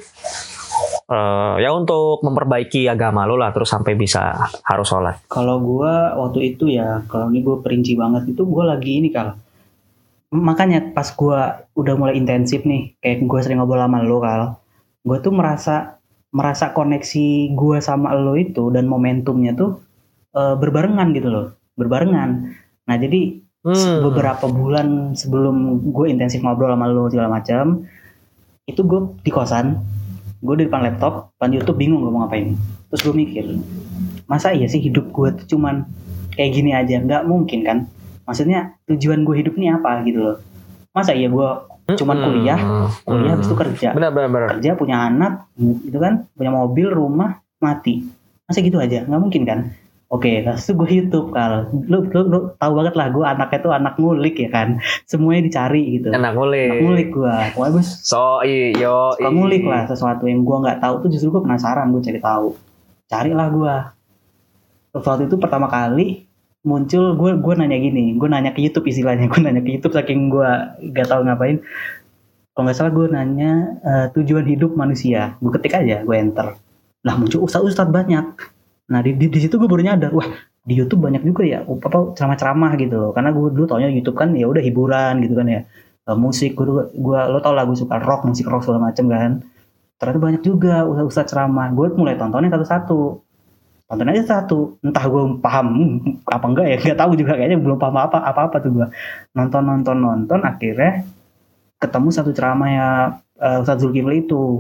eh, ya untuk memperbaiki agama lu lah, terus sampai bisa harus sholat. Kalau gue waktu itu ya, kalau ini gue perinci banget itu gue lagi ini Kal. Makanya pas gue udah mulai intensif nih, kayak gue sering ngobrol sama lo Kal, gue tuh merasa merasa koneksi gue sama lo itu dan momentumnya tuh eh, berbarengan gitu loh, berbarengan. Nah jadi Hmm. beberapa bulan sebelum gue intensif ngobrol sama lo segala macam, itu gue di kosan, gue di depan laptop, depan YouTube, bingung gue mau ngapain. Terus gue mikir, masa iya sih hidup gue tuh cuman kayak gini aja? Nggak mungkin kan? Maksudnya tujuan gue hidup ini apa gitu loh? Masa iya gue cuman kuliah, kuliah habis itu kerja, Benar, benar, benar. kerja punya anak, gitu kan, punya mobil, rumah, mati. Masa gitu aja? Nggak mungkin kan? Oke, lalu itu gue YouTube Kal. Lu, lu, lu tahu banget lah gue anaknya tuh anak ngulik ya kan. Semuanya dicari gitu. Enak ngulik. Anak ngulik gue. Pokoknya gue So iyo. suka ngulik lah sesuatu yang gue nggak tahu tuh justru gue penasaran, gue cari tahu. Carilah gue. Waktu itu pertama kali muncul gue gue nanya gini, gue nanya ke YouTube istilahnya, gue nanya ke YouTube saking gue nggak tahu ngapain. Kalau nggak salah gue nanya eh, tujuan hidup manusia. Gue ketik aja, gue enter. Lah muncul ustadz-ustadz banyak. Nah di, di, di situ gue baru nyadar, wah di YouTube banyak juga ya apa ceramah-ceramah gitu loh. Karena gue dulu taunya YouTube kan ya udah hiburan gitu kan ya, e, musik. Gue gue lo tau lah gue suka rock, musik rock segala macem kan. Ternyata banyak juga ustadz ceramah. Gue mulai tontonin satu-satu, tonton aja satu. Entah gue paham apa enggak ya, nggak tahu juga, kayaknya belum paham apa apa apa tuh gue. Nonton nonton nonton akhirnya ketemu satu ceramah ya uh, Ustadz Zulkifli itu.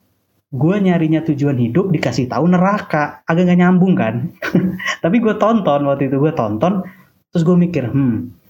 Gue nyarinya tujuan hidup, dikasih tahu neraka, agak gak nyambung kan. Tapi gue tonton waktu itu, gue tonton, terus gue mikir, hmm,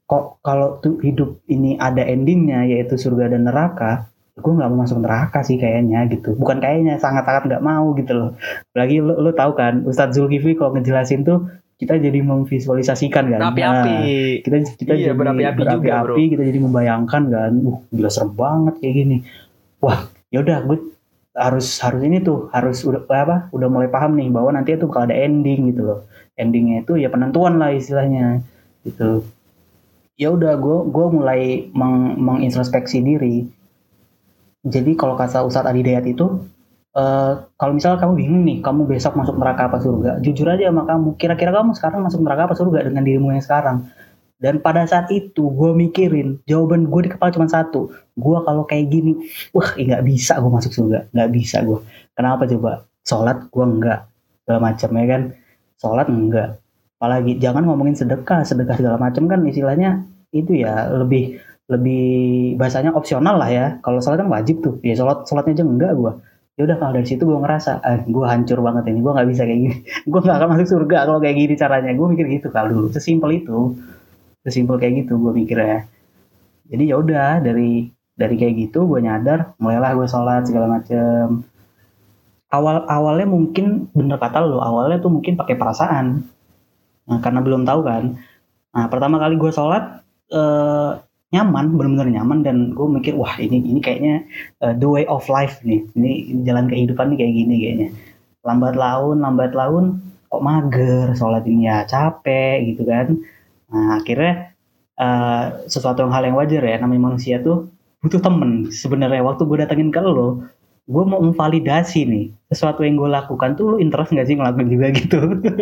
kok kalau tuh hidup ini ada endingnya yaitu surga dan neraka, gue nggak mau masuk neraka sih kayaknya gitu. Bukan kayaknya, sangat-sangat nggak mau gitu loh. Apalagi lo, lo tahu kan Ustadz Zulkifli kalau ngejelasin tuh kita jadi memvisualisasikan kan. Berapi-api. Nah, kita kita iya, jadi berapi-api juga, berapi-api, kita jadi membayangkan kan. Uh, gila serem banget kayak gini. Wah, yaudah gue harus harus ini tuh harus udah apa? Udah mulai paham nih bahwa nanti itu bakal ada ending gitu loh. Endingnya itu ya penentuan lah istilahnya gitu. Ya udah gue gue mulai meng, mengintrospeksi diri. Jadi kalau kata Ustadz Adi Dayat itu uh, kalau misalnya kamu bingung nih kamu besok masuk neraka apa surga, jujur aja sama kamu, kira-kira kamu sekarang masuk neraka apa surga dengan dirimu yang sekarang. Dan pada saat itu gue mikirin jawaban gue di kepala cuma satu, gue kalau kayak gini wah nggak bisa gue masuk surga, nggak bisa gue. Kenapa coba? Sholat gue enggak, segala macam ya kan, sholat enggak. Apalagi jangan ngomongin sedekah, sedekah segala macam kan istilahnya itu ya lebih lebih bahasanya opsional lah ya. Kalau sholat kan wajib tuh, ya sholat sholatnya aja enggak gue. Ya udah kalau dari situ gue ngerasa, ah gue hancur banget ini, gue nggak bisa kayak gini, gue nggak akan masuk surga kalau kayak gini caranya. Gue mikir gitu kalau dulu, sesimpel itu, sesimpel kayak gitu gue mikirnya. Jadi ya udah dari dari kayak gitu gue nyadar, mulailah gue sholat segala macem. Awal awalnya mungkin bener kata lo, awalnya tuh mungkin pakai perasaan. Nah, karena belum tahu kan. Nah, pertama kali gue sholat eh, nyaman, benar-benar nyaman, dan gue mikir wah ini ini kayaknya uh, the way of life nih. Ini jalan kehidupan nih kayak gini kayaknya. Lambat laun, lambat laun kok mager sholat ini ya, capek gitu kan. Nah, akhirnya uh, sesuatu yang hal yang wajar ya, namanya manusia tuh butuh temen. Sebenarnya waktu gue datengin ke lo, gue mau memvalidasi nih sesuatu yang gue lakukan tuh lo interest nggak sih ngelakuin juga gitu.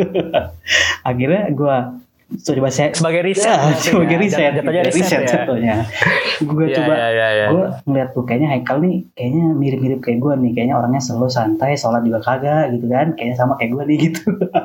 Akhirnya gue so, coba saya sebagai riset, ya, sebagai riset, jatuhnya riset, riset ya. Contohnya, gue ya, coba, ya, ya, ya. gue ngeliat tuh kayaknya Haikal nih, kayaknya mirip-mirip kayak gue nih, kayaknya orangnya selalu santai, sholat juga kagak gitu kan, kayaknya sama kayak gue nih gitu.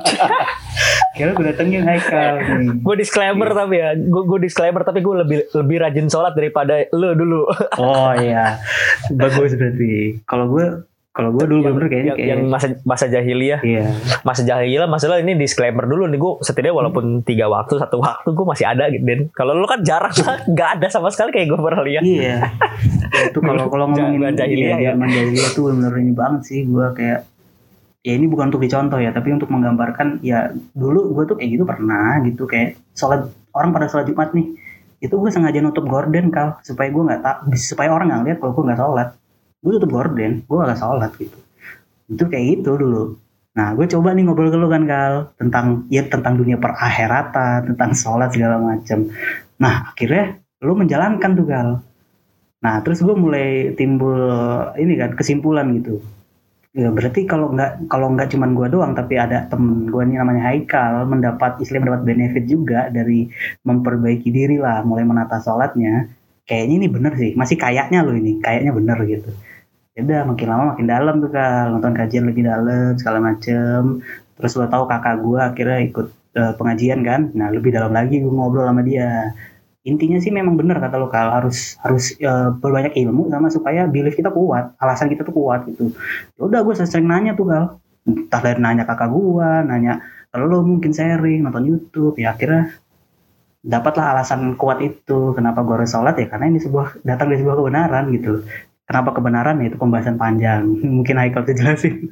Kira gue datengin Haikal nih. Gue disclaimer yeah. tapi ya, gue gue disclaimer tapi gue lebih lebih rajin sholat daripada lo dulu. Oh iya, bagus berarti. Kalau gue Kalau gue dulu bener kayaknya yang, kayak yang masa masa jahiliyah. Iya. Masa jahiliyah, masalah ini disclaimer dulu nih, gue setidaknya walaupun tiga waktu satu waktu gue masih ada gitu. Dan kalau lu kan jarang lah, nggak ada sama sekali kayak gue pernah lihat. Iya. Itu kalau kalau ngomongin jahiliyah ya, zaman jahiliyah tuh bener ini banget sih, gue kayak ya ini bukan untuk dicontoh ya, tapi untuk menggambarkan ya dulu gue tuh kayak gitu pernah gitu, kayak sholat orang pada sholat Jumat nih, itu gue sengaja nutup gorden kal supaya gue nggak tak supaya orang nggak lihat kalau gue nggak sholat. Gue tutup gorden, gue gak sholat gitu. Itu kayak gitu dulu. Nah, gue coba nih ngobrol ke lu kan Kal, tentang ya tentang dunia perakhiratan, tentang sholat segala macam. Nah, akhirnya lu menjalankan tuh Kal. Nah, terus gue mulai timbul ini kan kesimpulan gitu. Ya, berarti kalau nggak kalau nggak cuman gue doang, tapi ada temen gue nih namanya Haikal mendapat istilah mendapat benefit juga dari memperbaiki diri lah, mulai menata sholatnya. Kayaknya ini bener sih, masih kayaknya lo ini, kayaknya bener gitu. Ya udah makin lama makin dalam tuh Kal, nonton kajian lebih dalam segala macem. Terus lo tahu kakak gue akhirnya ikut uh, pengajian kan, nah lebih dalam lagi gue ngobrol sama dia. Intinya sih memang bener kata lo Kal, harus harus uh, berbanyak ilmu sama supaya belief kita kuat, alasan kita tuh kuat gitu. Ya udah gue sering nanya tuh Kal, entah dari nanya kakak gue, nanya kalau lo mungkin sharing nonton YouTube, ya akhirnya dapatlah alasan kuat itu kenapa gue harus sholat ya, karena ini sebuah datang dari sebuah kebenaran gitu. Kenapa kebenaran ya, itu pembahasan panjang. Mungkin Haikal tuh jelasin.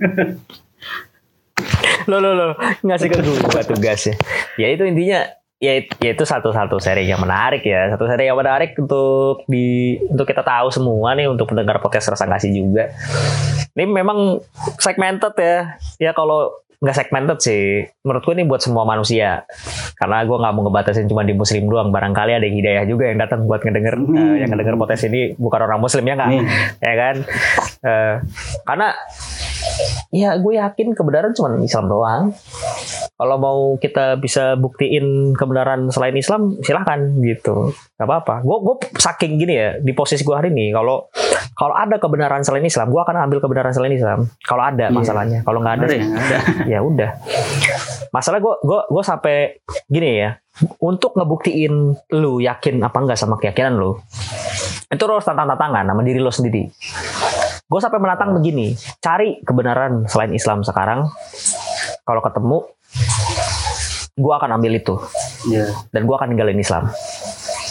lo lo lo ngasih ke gue tugasnya. Ya itu intinya, ya, ya itu satu-satu seri yang menarik ya, satu seri yang menarik untuk di untuk kita tahu semua nih, untuk pendengar podcast Rasa Kasih juga. Ini memang segmented ya. Ya kalau nggak segmented sih, menurutku ini buat semua manusia, karena gue nggak mau ngebatasin cuma di muslim doang. Barangkali ada hidayah juga yang datang buat ngedenger, hmm. uh, yang ngedenger podcast ini bukan orang muslim ya nggak, hmm. ya kan? Uh, karena ya gue yakin kebenaran cuma Islam doang. Kalau mau kita bisa buktiin kebenaran selain Islam, silahkan gitu, nggak apa-apa. Gue gue saking gini ya di posisi gue hari ini, kalau kalau ada kebenaran selain Islam, gue akan ambil kebenaran selain Islam. Kalau ada yeah. masalahnya, kalau nggak ada, ada, ada. Ya udah. Masalah gue gue gue sampai gini ya, untuk ngebuktiin lu yakin apa enggak sama keyakinan lu, itu harus tantang-tantangan sama diri lu sendiri. Gue sampai menantang begini, cari kebenaran selain Islam sekarang. Kalau ketemu, gue akan ambil itu, yeah. dan gue akan ninggalin Islam.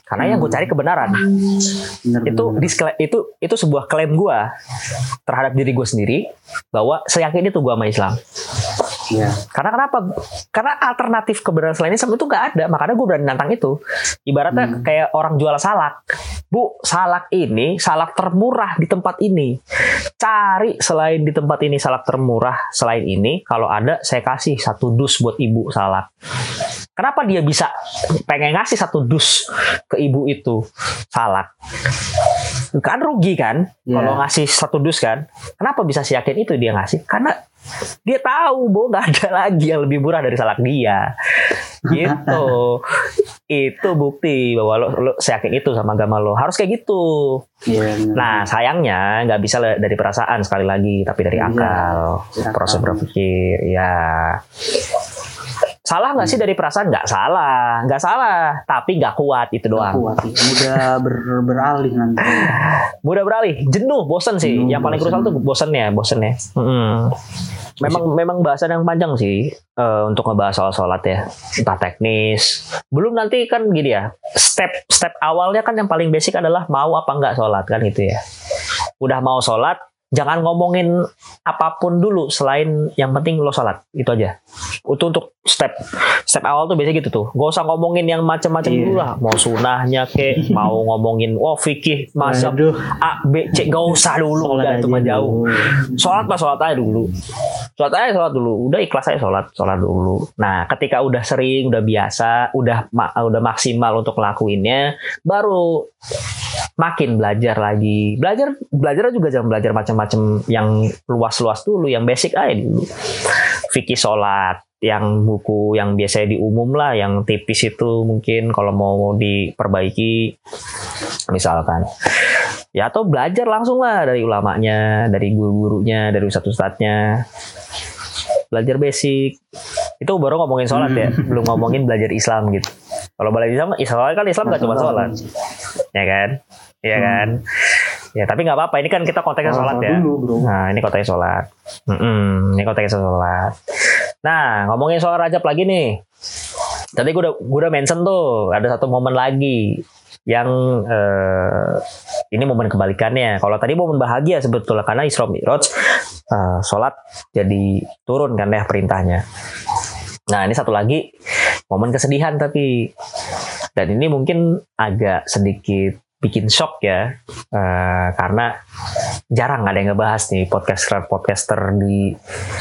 Karena yang gue cari kebenaran. Bener, itu bener. diskla- itu itu sebuah klaim gue terhadap diri gue sendiri bahwa seyakin itu gue sama Islam. Iya. Karena kenapa? Karena alternatif kebenaran selain Islam itu nggak ada. Makanya gue berani nantang itu. Ibaratnya Hmm. kayak orang jual salak. Bu, salak ini salak termurah di tempat ini. Cari selain di tempat ini salak termurah selain ini. Kalau ada saya kasih satu dus buat ibu salak. Kenapa dia bisa pengen ngasih satu dus ke ibu itu salak? Kan rugi kan Yeah. kalau ngasih satu dus kan? Kenapa bisa yakin itu dia ngasih? Karena dia tahu bahwa nggak ada lagi yang lebih murah dari salak dia. Gitu. Itu bukti bahwa lo, lo yakin itu sama agama lo. Harus kayak gitu. Iya. bener. Nah sayangnya nggak bisa dari perasaan sekali lagi, tapi dari Iya. akal, Akal. proses berpikir. Ya. Salah nggak sih dari perasaan? Nggak salah, nggak salah. Tapi nggak kuat itu Nggak doang. kuat, ya. Mudah ber- beralih nanti. Mudah beralih, jenuh, bosen sih. Jenuh, yang paling bosen. krusial tuh bosennya, bosennya. Mm-mm. Memang memang bahasan yang panjang sih eh, untuk ngebahas soal sholat ya, entah teknis. Belum nanti kan gini ya, step step awalnya kan yang paling basic adalah mau apa nggak sholat kan gitu ya. Udah mau sholat, jangan ngomongin apapun dulu selain yang penting lo sholat, itu aja. Itu untuk step step awal tuh biasanya gitu tuh. Gak usah ngomongin yang macam-macam Iya. dulu lah. Mau sunahnya kek, mau ngomongin oh fikih, mazhab Aduh. A, B, C, gak usah dulu. Udah itu mah aja jauh. dulu. Sholat mah sholat aja dulu. Sholat aja sholat dulu. Udah ikhlas aja sholat, sholat dulu. Nah, ketika udah sering, udah biasa, udah ma- udah maksimal untuk ngelakuinnya, baru makin belajar lagi. Belajar belajar juga jangan belajar macam-macam yang luas-luas dulu, yang basic aja dulu. Fikih sholat, yang buku yang biasanya di umum lah, yang tipis itu mungkin kalau mau diperbaiki misalkan. Ya atau belajar langsung lah dari ulamanya, dari guru-gurunya, dari ustadz-ustadznya. Belajar basic. Itu baru ngomongin sholat ya, belum ngomongin belajar Islam gitu. Kalau belajar Islam, Islam kan Islam nggak cuma sholat, ya kan? Ya kan? Ya tapi nggak apa-apa. Ini kan kita konteksnya sholat ya. Dulu, bro. Nah ini konteksnya sholat. Mm-mm, ini konteksnya sholat. Nah ngomongin soal Rajab lagi nih. Tadi gue udah gue udah mention tuh ada satu momen lagi yang eh, ini momen kebalikannya. Kalau tadi momen bahagia sebetulnya karena Isra Mi'raj, eh, sholat jadi turun kan ya perintahnya. Nah ini satu lagi momen kesedihan tapi, dan ini mungkin agak sedikit bikin shock ya, eh, karena jarang ada yang ngebahas nih podcaster podcaster di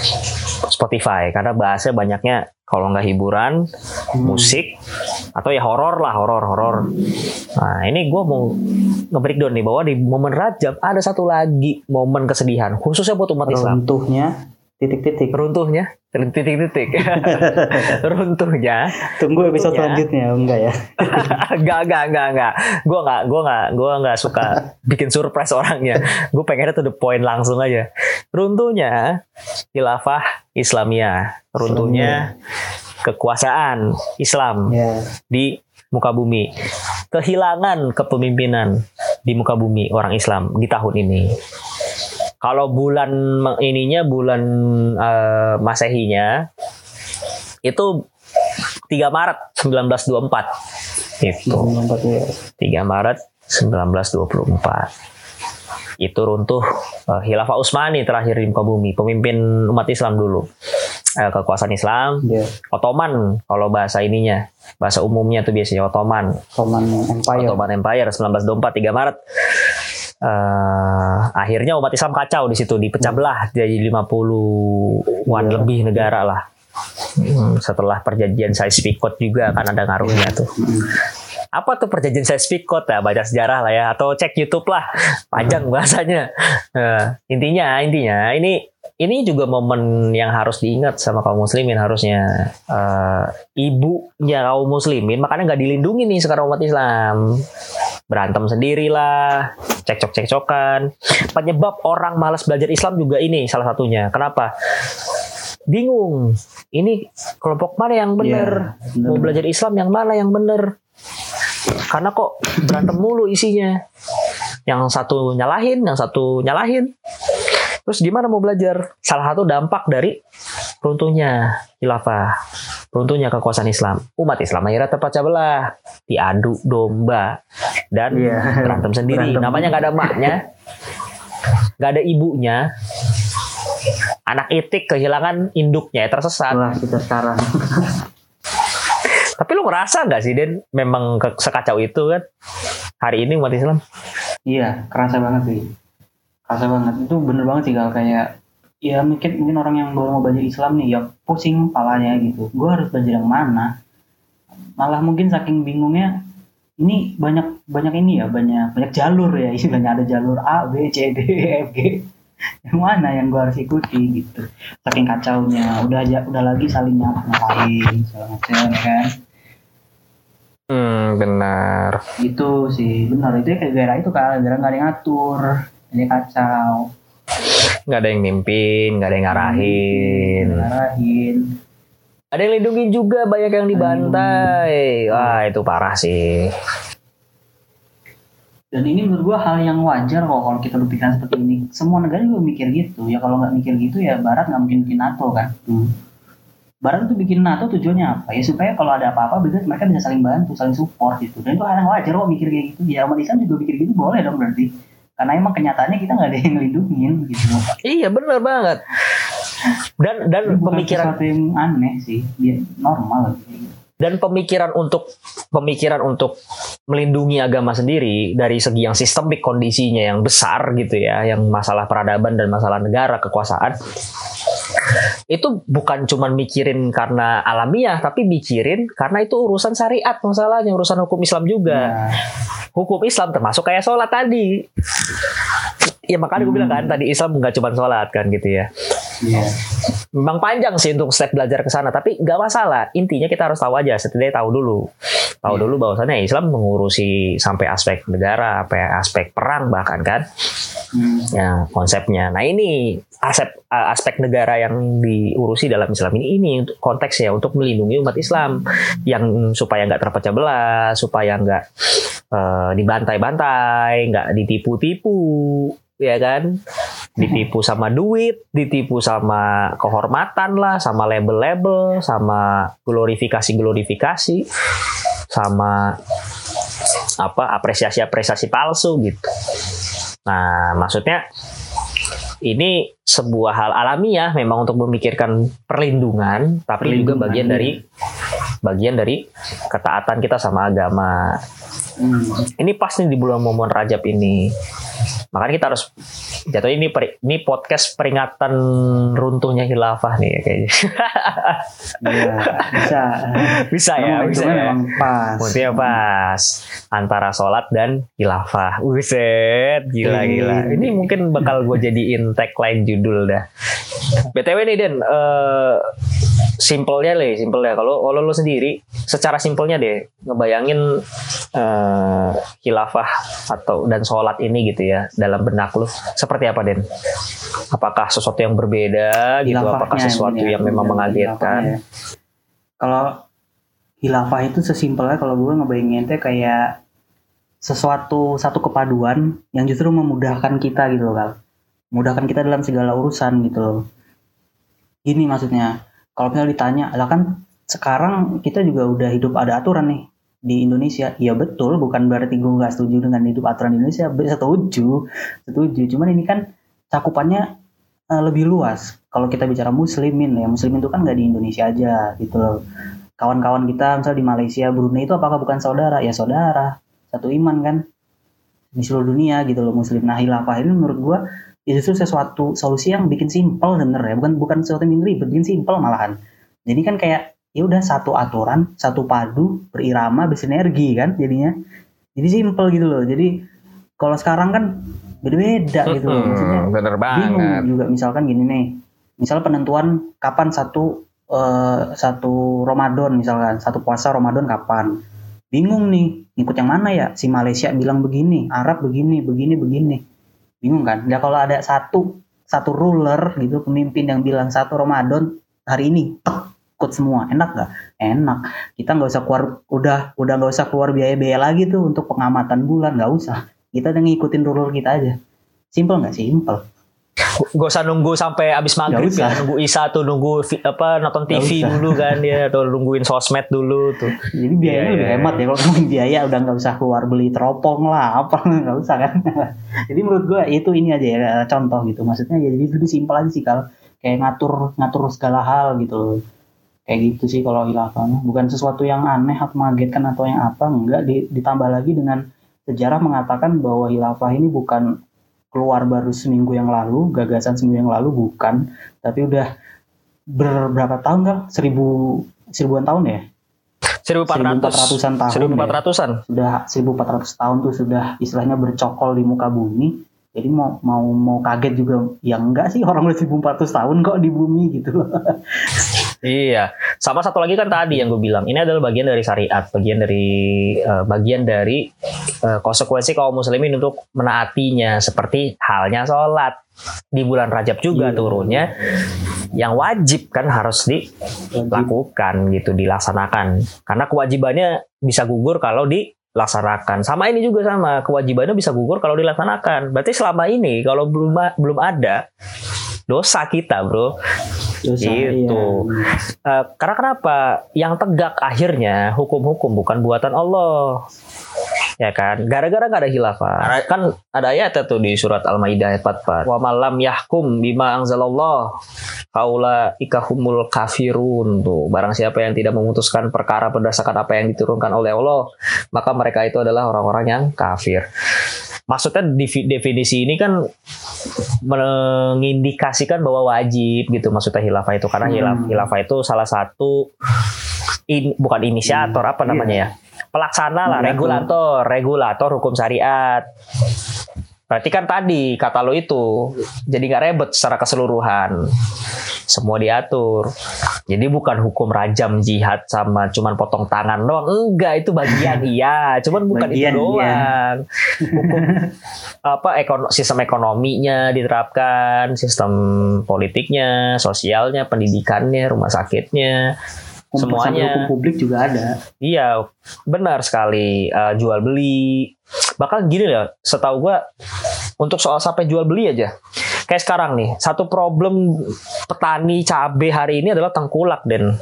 Spotify karena bahasnya banyaknya kalau nggak hiburan, musik, atau ya horor lah, horor horor. Nah ini gue mau nge-breakdown nih bahwa di momen Rajab ada satu lagi momen kesedihan khususnya buat umat Islam. Runtuhnya titik-titik. Runtuhnya titik-titik. Runtuhnya. Tunggu episode Runtuhnya. selanjutnya, enggak ya? Enggak, enggak, enggak, enggak. Gue enggak, gue enggak, gue enggak suka bikin surprise orangnya. Gue pengennya to the point langsung aja. Runtuhnya khilafah Islamiyah. Runtuhnya kekuasaan Islam Ya. di muka bumi. Kehilangan kepemimpinan di muka bumi orang Islam di tahun ini. Kalau bulan ininya bulan uh, Masehinya itu tiga Maret seribu sembilan ratus dua puluh empat. Itu. tiga Maret seribu sembilan ratus dua puluh empat. Itu runtuh uh, Khilafah Utsmani terakhir di muka bumi, pemimpin umat Islam dulu. Uh, kekuasaan Islam, Ya. Ottoman kalau bahasa ininya, bahasa umumnya tuh biasanya Ottoman. Ottoman Empire. Ottoman Empire seribu sembilan ratus dua puluh empat tiga Maret. Uh, akhirnya umat Islam kacau di situ, dipecah belah jadi lima puluhan Ya. lebih negara lah. Hmm, setelah perjanjian Sykes-Picot juga kan ada ngaruhnya tuh. Apa tuh perjanjian Sykes-Picot ya? Baca sejarah lah ya, atau cek YouTube lah, panjang bahasanya. Nah, intinya intinya ini ini juga momen yang harus diingat sama kaum muslimin harusnya. Uh, ibunya kaum muslimin makanya nggak dilindungi nih sekarang umat Islam. Berantem sendirilah, cekcok-cekcokan. Penyebab orang malas belajar Islam juga ini salah satunya. Kenapa? Bingung. Ini kelompok mana yang benar? Ya, benar. Mau belajar Islam yang mana yang benar? Karena kok berantem mulu isinya. Yang satu nyalahin, yang satu nyalahin. Terus gimana mau belajar? Salah satu dampak dari runtuhnya khilafah. runtuhnya kekuasaan Islam, umat Islam akhirnya terpecah belah, diadu domba dan Iya. berantem sendiri. Berantem. Namanya nggak ada emaknya, nggak ada ibunya, anak itik kehilangan induknya, tersesat. Wah, kita sekarang. Tapi lu ngerasa nggak sih, Den, memang ke- sekacau itu kan hari ini umat Islam? Iya, kerasa banget sih. Kerasa banget. Itu bener banget sih kalau kayak ya mungkin mungkin orang yang baru mau belajar Islam nih ya pusing palanya gitu. Gue harus belajar yang mana? Malah mungkin saking bingungnya ini banyak banyak ini ya banyak banyak jalur ya istilahnya ada jalur A, B, C, D, E, F, G. Yang mana yang gue harus ikuti gitu. Saking kacaunya. Udah aja udah lagi saling nyalahin segala macam ya kan. Hmm, benar. Itu sih benar itu ya kayak gara itu kan gara nggak ada yang ngatur, jadi kacau. Nggak ada yang mimpin, nggak ada yang ngarahin. Ngarahin. Ada yang lindungi juga, banyak yang dibantai. Wah, itu parah sih. Dan ini menurut gua hal yang wajar kok kalau kita berpikiran seperti ini. Semua negara juga mikir gitu. Ya kalau nggak mikir gitu ya Barat nggak mungkin bikin NATO kan. Hmm. Barat itu bikin NATO tujuannya apa? Ya supaya kalau ada apa-apa mereka bisa saling bantu, saling support gitu. Dan itu hal yang wajar kok mikir kayak gitu. Ya umat Islam juga mikir gitu boleh dong berarti. Karena emang kenyataannya kita nggak ada yang ngelindungin gitu. Iya, benar banget. Dan dan Ini bukan pemikiran sesuatu yang aneh sih, dia normal gitu. dan pemikiran untuk pemikiran untuk melindungi agama sendiri dari segi yang sistemik kondisinya yang besar gitu ya, yang masalah peradaban dan masalah negara kekuasaan itu bukan cuman mikirin karena alamiah, tapi mikirin karena itu urusan syariat masalahnya, urusan hukum Islam juga. Ya. Hukum Islam termasuk kayak sholat tadi. Ya makanya gue bilang kan tadi Islam nggak cuma sholat kan gitu ya. Iya. Memang panjang sih untuk step belajar ke sana, tapi nggak masalah. Intinya kita harus tahu aja, setidaknya tahu dulu. Tahu Yeah. dulu bahwasannya Islam mengurusi sampai aspek negara, sampai aspek perang bahkan kan. Hmm. Ya, konsepnya. Nah, ini aspek aspek negara yang diurusi dalam Islam ini ini untuk konteksnya untuk melindungi umat Islam yang supaya nggak terpecah belah, supaya nggak eh, dibantai-bantai, nggak ditipu-tipu, ya kan? Ditipu sama duit, ditipu sama kehormatan lah, sama label-label, sama glorifikasi-glorifikasi, sama apa apresiasi-apresiasi palsu gitu. Nah, maksudnya ini sebuah hal alamiah memang untuk memikirkan perlindungan, tapi Perlindungan, juga bagian iya. dari bagian dari ketaatan kita sama agama. Hmm. Ini pas nih di bulan momen Rajab ini. Makanya kita harus jatuh ini peri- ini podcast peringatan runtuhnya khilafah nih kayaknya. Iya, bisa. Bisa ya, Memang bisa momentumnya ya. memang pas. Momentumnya pas antara sholat dan khilafah. Buset, gila-gila. Ini mungkin bakal gue jadiin tagline judul dah. B T W nih Den, eh simpelnya deh, simpelnya. Kalau kalau lo sendiri, secara simpelnya deh, ngebayangin eh, khilafah atau dan sholat ini gitu ya dalam benak lo, seperti apa Den? Apakah sesuatu yang berbeda gitu? Khilafahnya Apakah sesuatu ya, yang memang bener, mengagetkan? khilafahnya. Kalau khilafah itu sesimpelnya kalau gue ngebayangin teh kayak sesuatu satu kepaduan yang justru memudahkan kita gitu loh, Kal. Memudahkan kita dalam segala urusan gitu loh. Gini maksudnya, kalau misalnya ditanya, lah kan sekarang kita juga udah hidup ada aturan nih di Indonesia. Ya betul, bukan berarti gue nggak setuju dengan hidup aturan di Indonesia. Setuju, setuju. Cuman ini kan cakupannya uh, lebih luas. Kalau kita bicara muslimin, ya muslimin itu kan nggak di Indonesia aja gitu loh. Kawan-kawan kita misalnya di Malaysia, Brunei itu apakah bukan saudara? Ya saudara, satu iman kan di seluruh dunia gitu loh muslim. Nah khilafah ini menurut gue ya justru sesuatu solusi yang bikin simpel sebenarnya, bukan bukan sesuatu yang ribet, bikin simpel malahan. Jadi kan kayak ya udah satu aturan, satu padu, berirama, bersinergi kan jadinya. Jadi simpel gitu loh. Jadi kalau sekarang kan beda-beda gitu loh. Maksudnya bener bingung juga misalkan gini nih. Misal penentuan kapan satu uh, satu Ramadan misalkan, satu puasa Ramadan kapan. Bingung nih, ikut yang mana ya? Si Malaysia bilang begini, Arab begini, begini, begini. Bingung kan? Ya kalau ada satu satu ruler gitu, pemimpin yang bilang satu Ramadan hari ini, tek, ikut semua, enak nggak? Enak. Kita nggak usah keluar, udah udah nggak usah keluar biaya-biaya lagi tuh untuk pengamatan bulan, nggak usah. Kita udah ngikutin ruler kita aja. Simple nggak? Simple. Gak usah nunggu sampai abis maghrib ya, nunggu Isya tuh, nunggu vi, apa nonton T V dulu kan ya, atau nungguin sosmed dulu tuh. Jadi biayanya ya, lebih ya. hemat ya kalau ngomongin biaya, udah nggak usah keluar beli teropong lah apa, nggak usah kan. Jadi menurut gue itu ini aja ya contoh gitu, maksudnya ya jadi lebih simpel aja sih kalau kayak ngatur ngatur segala hal gitu, kayak gitu sih kalau khilafahnya, bukan sesuatu yang aneh atau mengagetkan atau yang apa, enggak. Ditambah lagi dengan sejarah mengatakan bahwa khilafah ini bukan keluar baru seminggu yang lalu, gagasan seminggu yang lalu, bukan, tapi udah berberapa tahun kan, seribu seribuan tahun ya, seribu empat ratusan tahun, seribu empat ratusan ya. Sudah seribu empat ratus tahun tuh sudah istilahnya bercokol di muka bumi. Jadi mau mau mau kaget juga ya enggak sih, orang udah seribu empat ratus tahun kok di bumi gitu loh. Iya, sama satu lagi kan tadi yang gue bilang, ini adalah bagian dari syariat, bagian dari uh, bagian dari uh, konsekuensi kaum muslimin untuk menaatinya, seperti halnya sholat di bulan Rajab juga iya. turunnya, yang wajib kan harus dilakukan gitu, dilaksanakan, karena kewajibannya bisa gugur kalau dilaksanakan. Sama ini juga sama, kewajibannya bisa gugur kalau dilaksanakan. Berarti selama ini kalau belum belum ada dosa kita, bro. Dosa, gitu. Iya. Uh, karena kenapa? Yang tegak akhirnya hukum-hukum bukan buatan Allah. Ya kan? Gara-gara gak ada khilafah. Kan ada ayat tuh di surat Al-Maidah ayat empat puluh empat. Wa malam yahkum bima anzalallah faulaika humul kafirun. Tuh, barang siapa yang tidak memutuskan perkara berdasarkan apa yang diturunkan oleh Allah, maka mereka itu adalah orang-orang yang kafir. Maksudnya definisi ini kan mengindikasikan bahwa wajib gitu, maksudnya khilafah itu, karena hmm. khilafah itu salah satu in, bukan inisiator hmm. apa namanya yeah. ya pelaksana lah, regulator regulator hukum syariat. Berarti kan tadi kata lo itu jadi nggak ribet secara keseluruhan, semua diatur. Jadi bukan hukum rajam, jihad sama cuman potong tangan doang, enggak, itu bagian iya, cuman bukan bagian, itu doang. Iya. Hukum apa ekon- sistem ekonominya diterapkan, sistem politiknya, sosialnya, pendidikannya, rumah sakitnya, semuanya. Hukum publik juga ada. Iya, benar sekali. Uh, jual beli. Bahkan gini ya, setahu gue untuk soal sampai jual beli aja. Kayak sekarang nih, satu problem petani cabai hari ini adalah tengkulak, Den.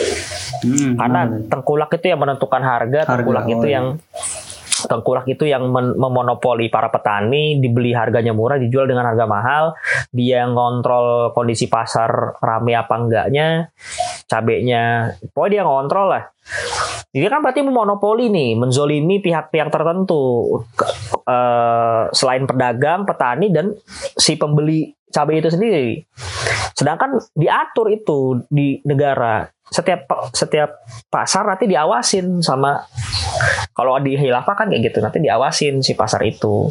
Hmm, Karena hmm. tengkulak itu yang menentukan harga, harga tengkulak oh, itu ya. yang tengkulak itu yang men- memonopoli para petani, dibeli harganya murah, dijual dengan harga mahal. Dia yang ngontrol kondisi pasar rame apa enggaknya, cabenya, pokoknya dia ngontrol lah. Jadi kan berarti memonopoli nih, menzolimi pihak-pihak tertentu, uh, selain pedagang, petani, dan si pembeli cabai itu sendiri. Sedangkan diatur itu di negara, setiap setiap pasar nanti diawasin sama, kalau di khilafah kan kayak gitu, nanti diawasin si pasar itu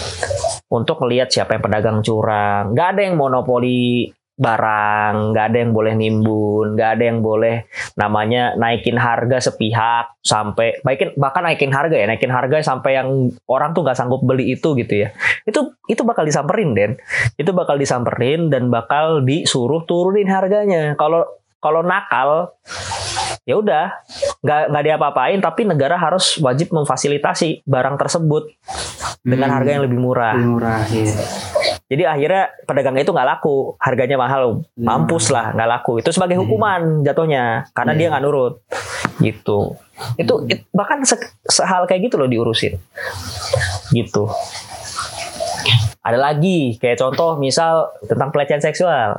untuk melihat siapa yang pedagang curang. Nggak ada yang monopoli barang, nggak ada yang boleh nimbun, nggak ada yang boleh namanya naikin harga sepihak sampai baikin, bahkan naikin harga ya, naikin harga sampai yang orang tuh nggak sanggup beli itu gitu ya. Itu itu bakal disamperin, Den. Itu bakal disamperin dan bakal disuruh turunin harganya. Kalau kalau nakal, ya udah nggak nggak diapa-apain, tapi negara harus wajib memfasilitasi barang tersebut dengan hmm, harga yang lebih murah. Lebih murah, iya. Jadi akhirnya pedagangnya itu nggak laku, harganya mahal, mampus lah, nggak laku. Itu sebagai hukuman jatuhnya, karena yeah. dia nggak nurut, gitu. Itu it, bahkan se- sehal kayak gitu loh diurusin, gitu. Ada lagi kayak contoh misal tentang pelecehan seksual.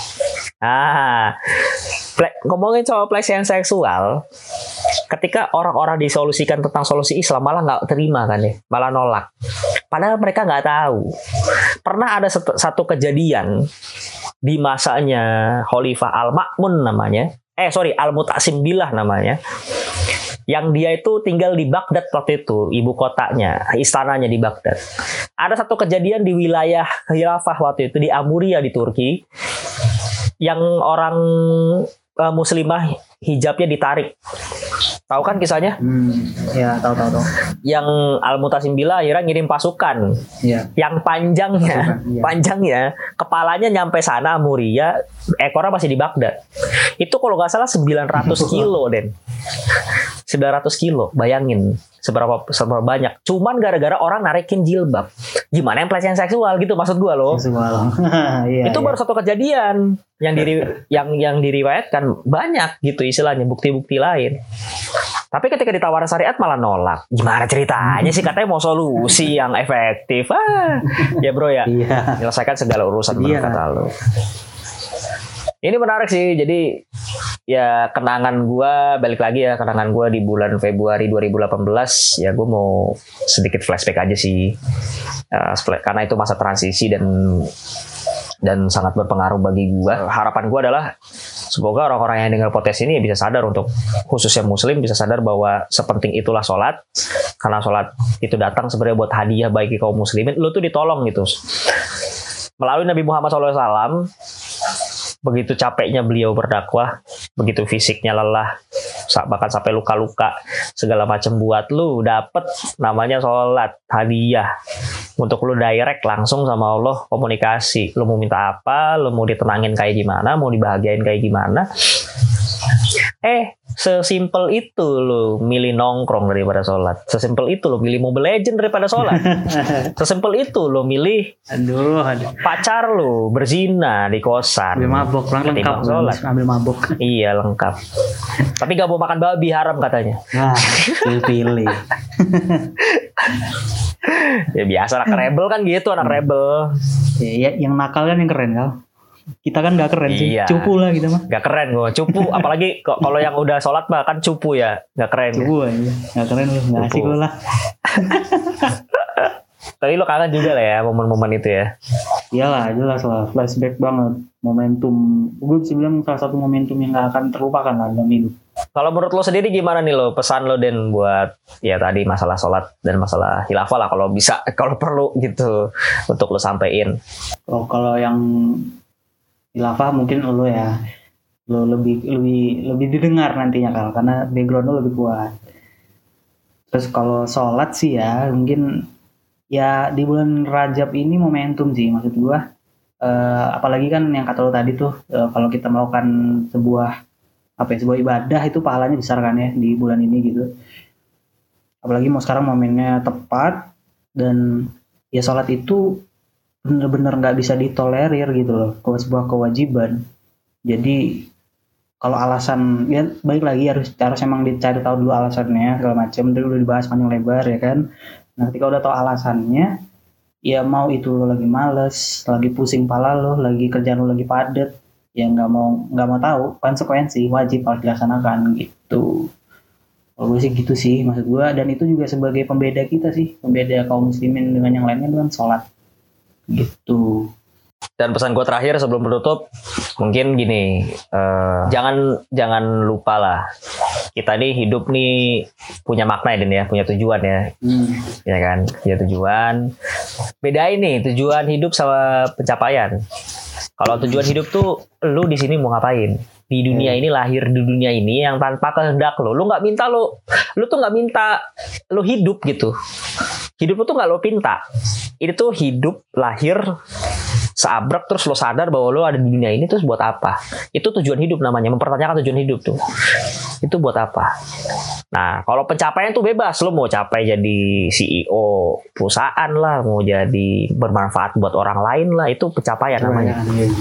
Ah, ple- ngomongin soal pelecehan seksual, ketika orang-orang disolusikan tentang solusi Islam malah nggak terima kan ya, malah nolak. Padahal mereka nggak tahu. Pernah ada satu, satu kejadian di masanya Khalifah Al-Ma'mun namanya, eh sorry Al-Muta'sim Billah namanya, yang dia itu tinggal di Baghdad waktu itu, ibu kotanya, istananya di Baghdad. Ada satu kejadian di wilayah khilafah waktu itu di Amuria di Turki, yang orang uh, muslimah hijabnya ditarik. Tahu kan kisahnya? Hmm, ya tahu tahu tahu. Yang Al-Muta'sim Billah akhirnya ngirim pasukan. Ya. Yang panjangnya, pasukan, ya. panjangnya, kepalanya nyampe sana Amuria, ekornya masih di Baghdad. Itu kalau nggak salah sembilan ratus kilo, Den. sembilan ratus kilo, bayangin seberapa seberapa banyak. Cuman gara-gara orang narikin jilbab. Gimana yang pelecehan seksual gitu maksud gua loh. Seksual. Iya, itu iya. baru satu kejadian yang diri yang yang diriwayatkan banyak gitu istilahnya bukti-bukti lain. Tapi ketika ditawarin syariat malah nolak. Gimana ceritanya sih katanya mau solusi yang efektif. Ah, ya bro ya. Iya. Menyelesaikan segala urusan menurut Iya. kata lo. Ini menarik sih. Jadi ya kenangan gua balik lagi ya kenangan gua di bulan Februari dua ribu delapan belas ya gua mau sedikit flashback aja sih. Uh, karena itu masa transisi dan dan sangat berpengaruh bagi gua. Harapan gua adalah semoga orang-orang yang dengar podcast ini bisa sadar untuk khususnya muslim bisa sadar bahwa sepenting itulah sholat. Karena sholat itu datang sebenarnya buat hadiah bagi kaum muslimin. Lu tuh ditolong gitu. Melalui Nabi Muhammad shallallahu alaihi wasallam, begitu capeknya beliau berdakwah, begitu fisiknya lelah, bahkan sampai luka-luka segala macam buat lu dapet namanya sholat hadiah untuk lu direct langsung sama Allah komunikasi. Lu mau minta apa, lu mau ditenangin kayak gimana, mau dibahagiain kayak gimana. Eh, sesimpel itu lo milih nongkrong daripada sholat. Sesimpel itu lo milih Mobile Legends daripada sholat. Sesimpel itu lo milih Aduh, aduh. pacar lo berzina di kosan. Ambil mabok, lengkap. Ketimbang sholat. Ambil mabok. Iya lengkap. Tapi gak mau makan babi haram katanya. Nah, pilih-pilih. Ya biasa anak rebel kan gitu anak rebel. Ya, ya, yang nakal kan yang keren kal. Kita kan gak keren sih, Iya. cupu lah kita mah. Gak keren gue, cupu. Apalagi kok kalau yang udah sholat mah kan cupu ya, gak keren. Cupu aja, gak keren lu, gak asik lu lah. Tapi lo kangen juga lah ya momen-momen itu ya. Iyalah, jelas lah, flashback banget. Momentum, gue bisa bilang salah satu momentum yang gak akan terlupakan lah dalam hidup. Kalau menurut lo sendiri gimana nih lo pesan lo Den buat ya tadi masalah sholat dan masalah khilafah lah kalau bisa kalau perlu gitu untuk lo sampein. Oh, kalau yang khilafah mungkin lo ya lo lebih lebih lebih didengar nantinya Kal karena background lo lebih kuat. Terus kalau sholat sih ya mungkin ya di bulan Rajab ini momentum sih maksud gua. Uh, apalagi kan yang kata lo tadi tuh uh, kalau kita melakukan sebuah apa ya sebuah ibadah itu pahalanya besar kan ya di bulan ini gitu. Apalagi mau sekarang momennya tepat dan ya sholat itu bener-bener nggak bisa ditolerir gitu loh, ke sebuah kewajiban. Jadi kalau alasan ya baik lagi harus harus emang dicari tahu dulu alasannya segala macam. Tadi udah dibahas panjang lebar ya kan. Nah ketika udah tahu alasannya, ya mau itu lo lagi males, lagi pusing pala lo, lagi kerjaan lo lagi padet, ya nggak mau nggak mau tahu konsekuensi wajib harus dilaksanakan gitu. Kalau gue sih gitu sih maksud gue, dan itu juga sebagai pembeda kita sih, pembeda kaum muslimin dengan yang lainnya dengan sholat gitu. Dan pesan gue terakhir sebelum menutup mungkin gini, uh, jangan jangan lupa lah kita nih hidup nih punya makna ya Den ya, punya tujuan ya, hmm. ya kan, punya tujuan. Bedain nih tujuan hidup sama pencapaian. Kalau tujuan hidup tuh lu di sini mau ngapain? Di dunia ini, lahir di dunia ini yang tanpa kehendak lo. Lu nggak minta lo, lu tuh nggak minta lo hidup gitu. Hidup itu tuh nggak lo pinta. Ini tuh hidup lahir seabrek terus lo sadar bahwa lo ada di dunia ini terus buat apa? Itu tujuan hidup namanya, mempertanyakan tujuan hidup tuh. Itu buat apa? Nah, kalau pencapaian tuh bebas, lo mau capai jadi C E O perusahaan lah, mau jadi bermanfaat buat orang lain lah, itu pencapaian namanya.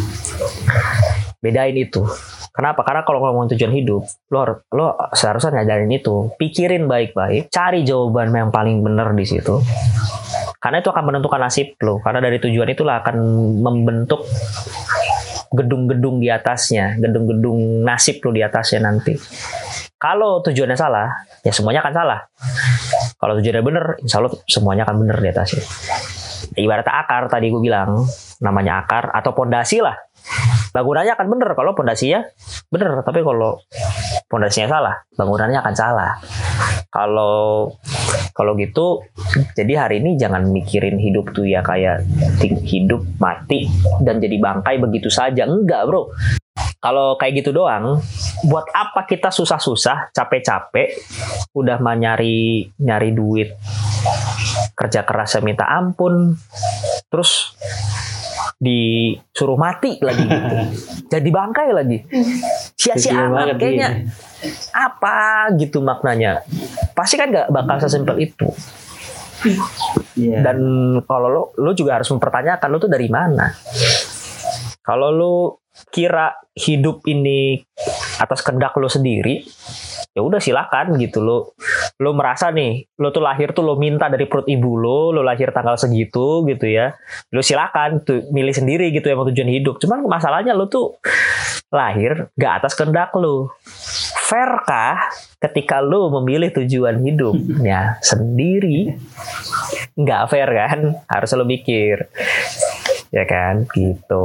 Bedain itu. Kenapa? Karena kalau ngomong tujuan hidup, lo, lo seharusnya ngajarin itu. Pikirin baik-baik, cari jawaban yang paling benar di situ. Karena itu akan menentukan nasib lo. Karena dari tujuan itulah akan membentuk gedung-gedung di atasnya, gedung-gedung nasib lo di atasnya nanti. Kalau tujuannya salah, ya semuanya akan salah. Kalau tujuannya benar, insya Allah semuanya akan benar di atasnya. Ibarat akar tadi gue bilang, namanya akar atau pondasi lah. Bangunannya akan benar kalau pondasinya benar, tapi kalau pondasinya salah, bangunannya akan salah. Kalau kalau gitu, jadi hari ini jangan mikirin hidup tuh ya kayak hidup mati dan jadi bangkai begitu saja. Enggak, bro. Kalau kayak gitu doang, buat apa kita susah-susah, capek-capek, udah mah nyari nyari duit, kerja kerasnya minta ampun, terus disuruh mati lagi gitu. Jadi bangkai lagi. sia-sia amat kayaknya. Apa gitu maknanya? Pasti kan nggak bakal sesimpel itu. Yeah. Dan kalau lo, lo juga harus mempertanyakan lo tuh dari mana. Kalau lo kira hidup ini atas kehendak lo sendiri, ya udah silakan gitu. Lo lo merasa nih, lo tuh lahir tuh lo minta dari perut ibu lo, lo lahir tanggal segitu gitu ya. Lo silakan tuh milih sendiri gitu ya tujuan hidup. Cuman masalahnya lo tuh lahir gak atas kehendak lo. Fairkah ketika lo memilih tujuan hidupnya sendiri? Nggak fair kan? Harus lo mikir, ya kan? Gitu.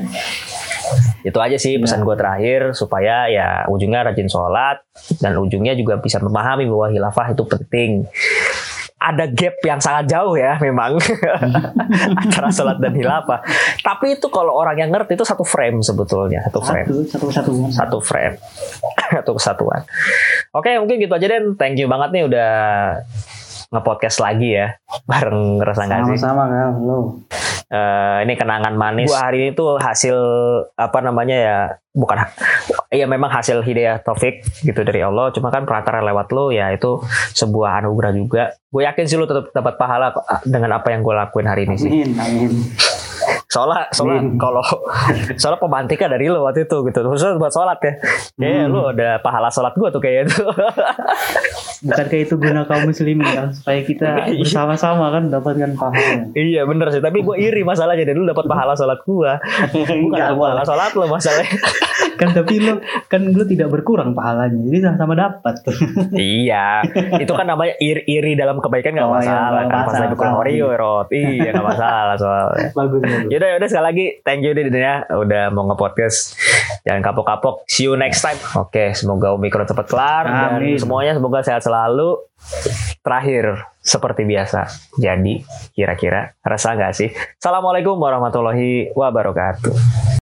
Itu aja sih pesan gue terakhir, supaya ya ujungnya rajin sholat dan ujungnya juga bisa memahami bahwa khilafah itu penting. Ada gap yang sangat jauh ya memang antara sholat dan khilafah. Tapi itu kalau orang yang ngerti itu satu frame sebetulnya, satu frame, satu kesatuan, satu frame, satu kesatuan. Oke, mungkin gitu aja Den. Thank you banget nih udah nge-podcast lagi ya bareng Rasa Nggak Sih. Sama-sama kan lo. Uh, ini kenangan manis. Gua hari ini tuh hasil apa namanya ya, bukan ya memang hasil hidayah taufik gitu dari Allah. Cuma kan perantara lewat lo ya, itu sebuah anugerah juga. Gue yakin sih lo tetap dapat pahala dengan apa yang gue lakuin hari ini sih. Amin, amin. Soalnya, soalnya kalau soalnya pemantiknya dari lo waktu itu gitu, khusus buat sholat ya. Kayaknya hmm. lo ada pahala sholat gue tuh kayaknya tuh. Bukankah itu guna kaum muslimin kan, supaya kita bersama-sama kan dapatkan pahala. Iya bener sih, tapi gue iri masalahnya, dan lu dapat pahala sholat gue, bukan pahala sholat lo masalahnya. Kan tapi lo kan lo tidak berkurang pahalanya, jadi sama-sama dapat. Iya, itu kan namanya iri, iri dalam kebaikan nggak oh, masalah iya, kan, pas lagi kurang Oreo rot, iya nggak masalah soalnya. Bagus, bagus. Yaudah, yaudah sekali lagi thank you deh ya udah mau nge-podcast. Jangan kapok-kapok. See you next time. Oke, semoga Omikron cepat kelar. Amin. Dan semuanya semoga sehat selalu. Terakhir, seperti biasa. Jadi, kira-kira rasa nggak sih? Assalamualaikum warahmatullahi wabarakatuh.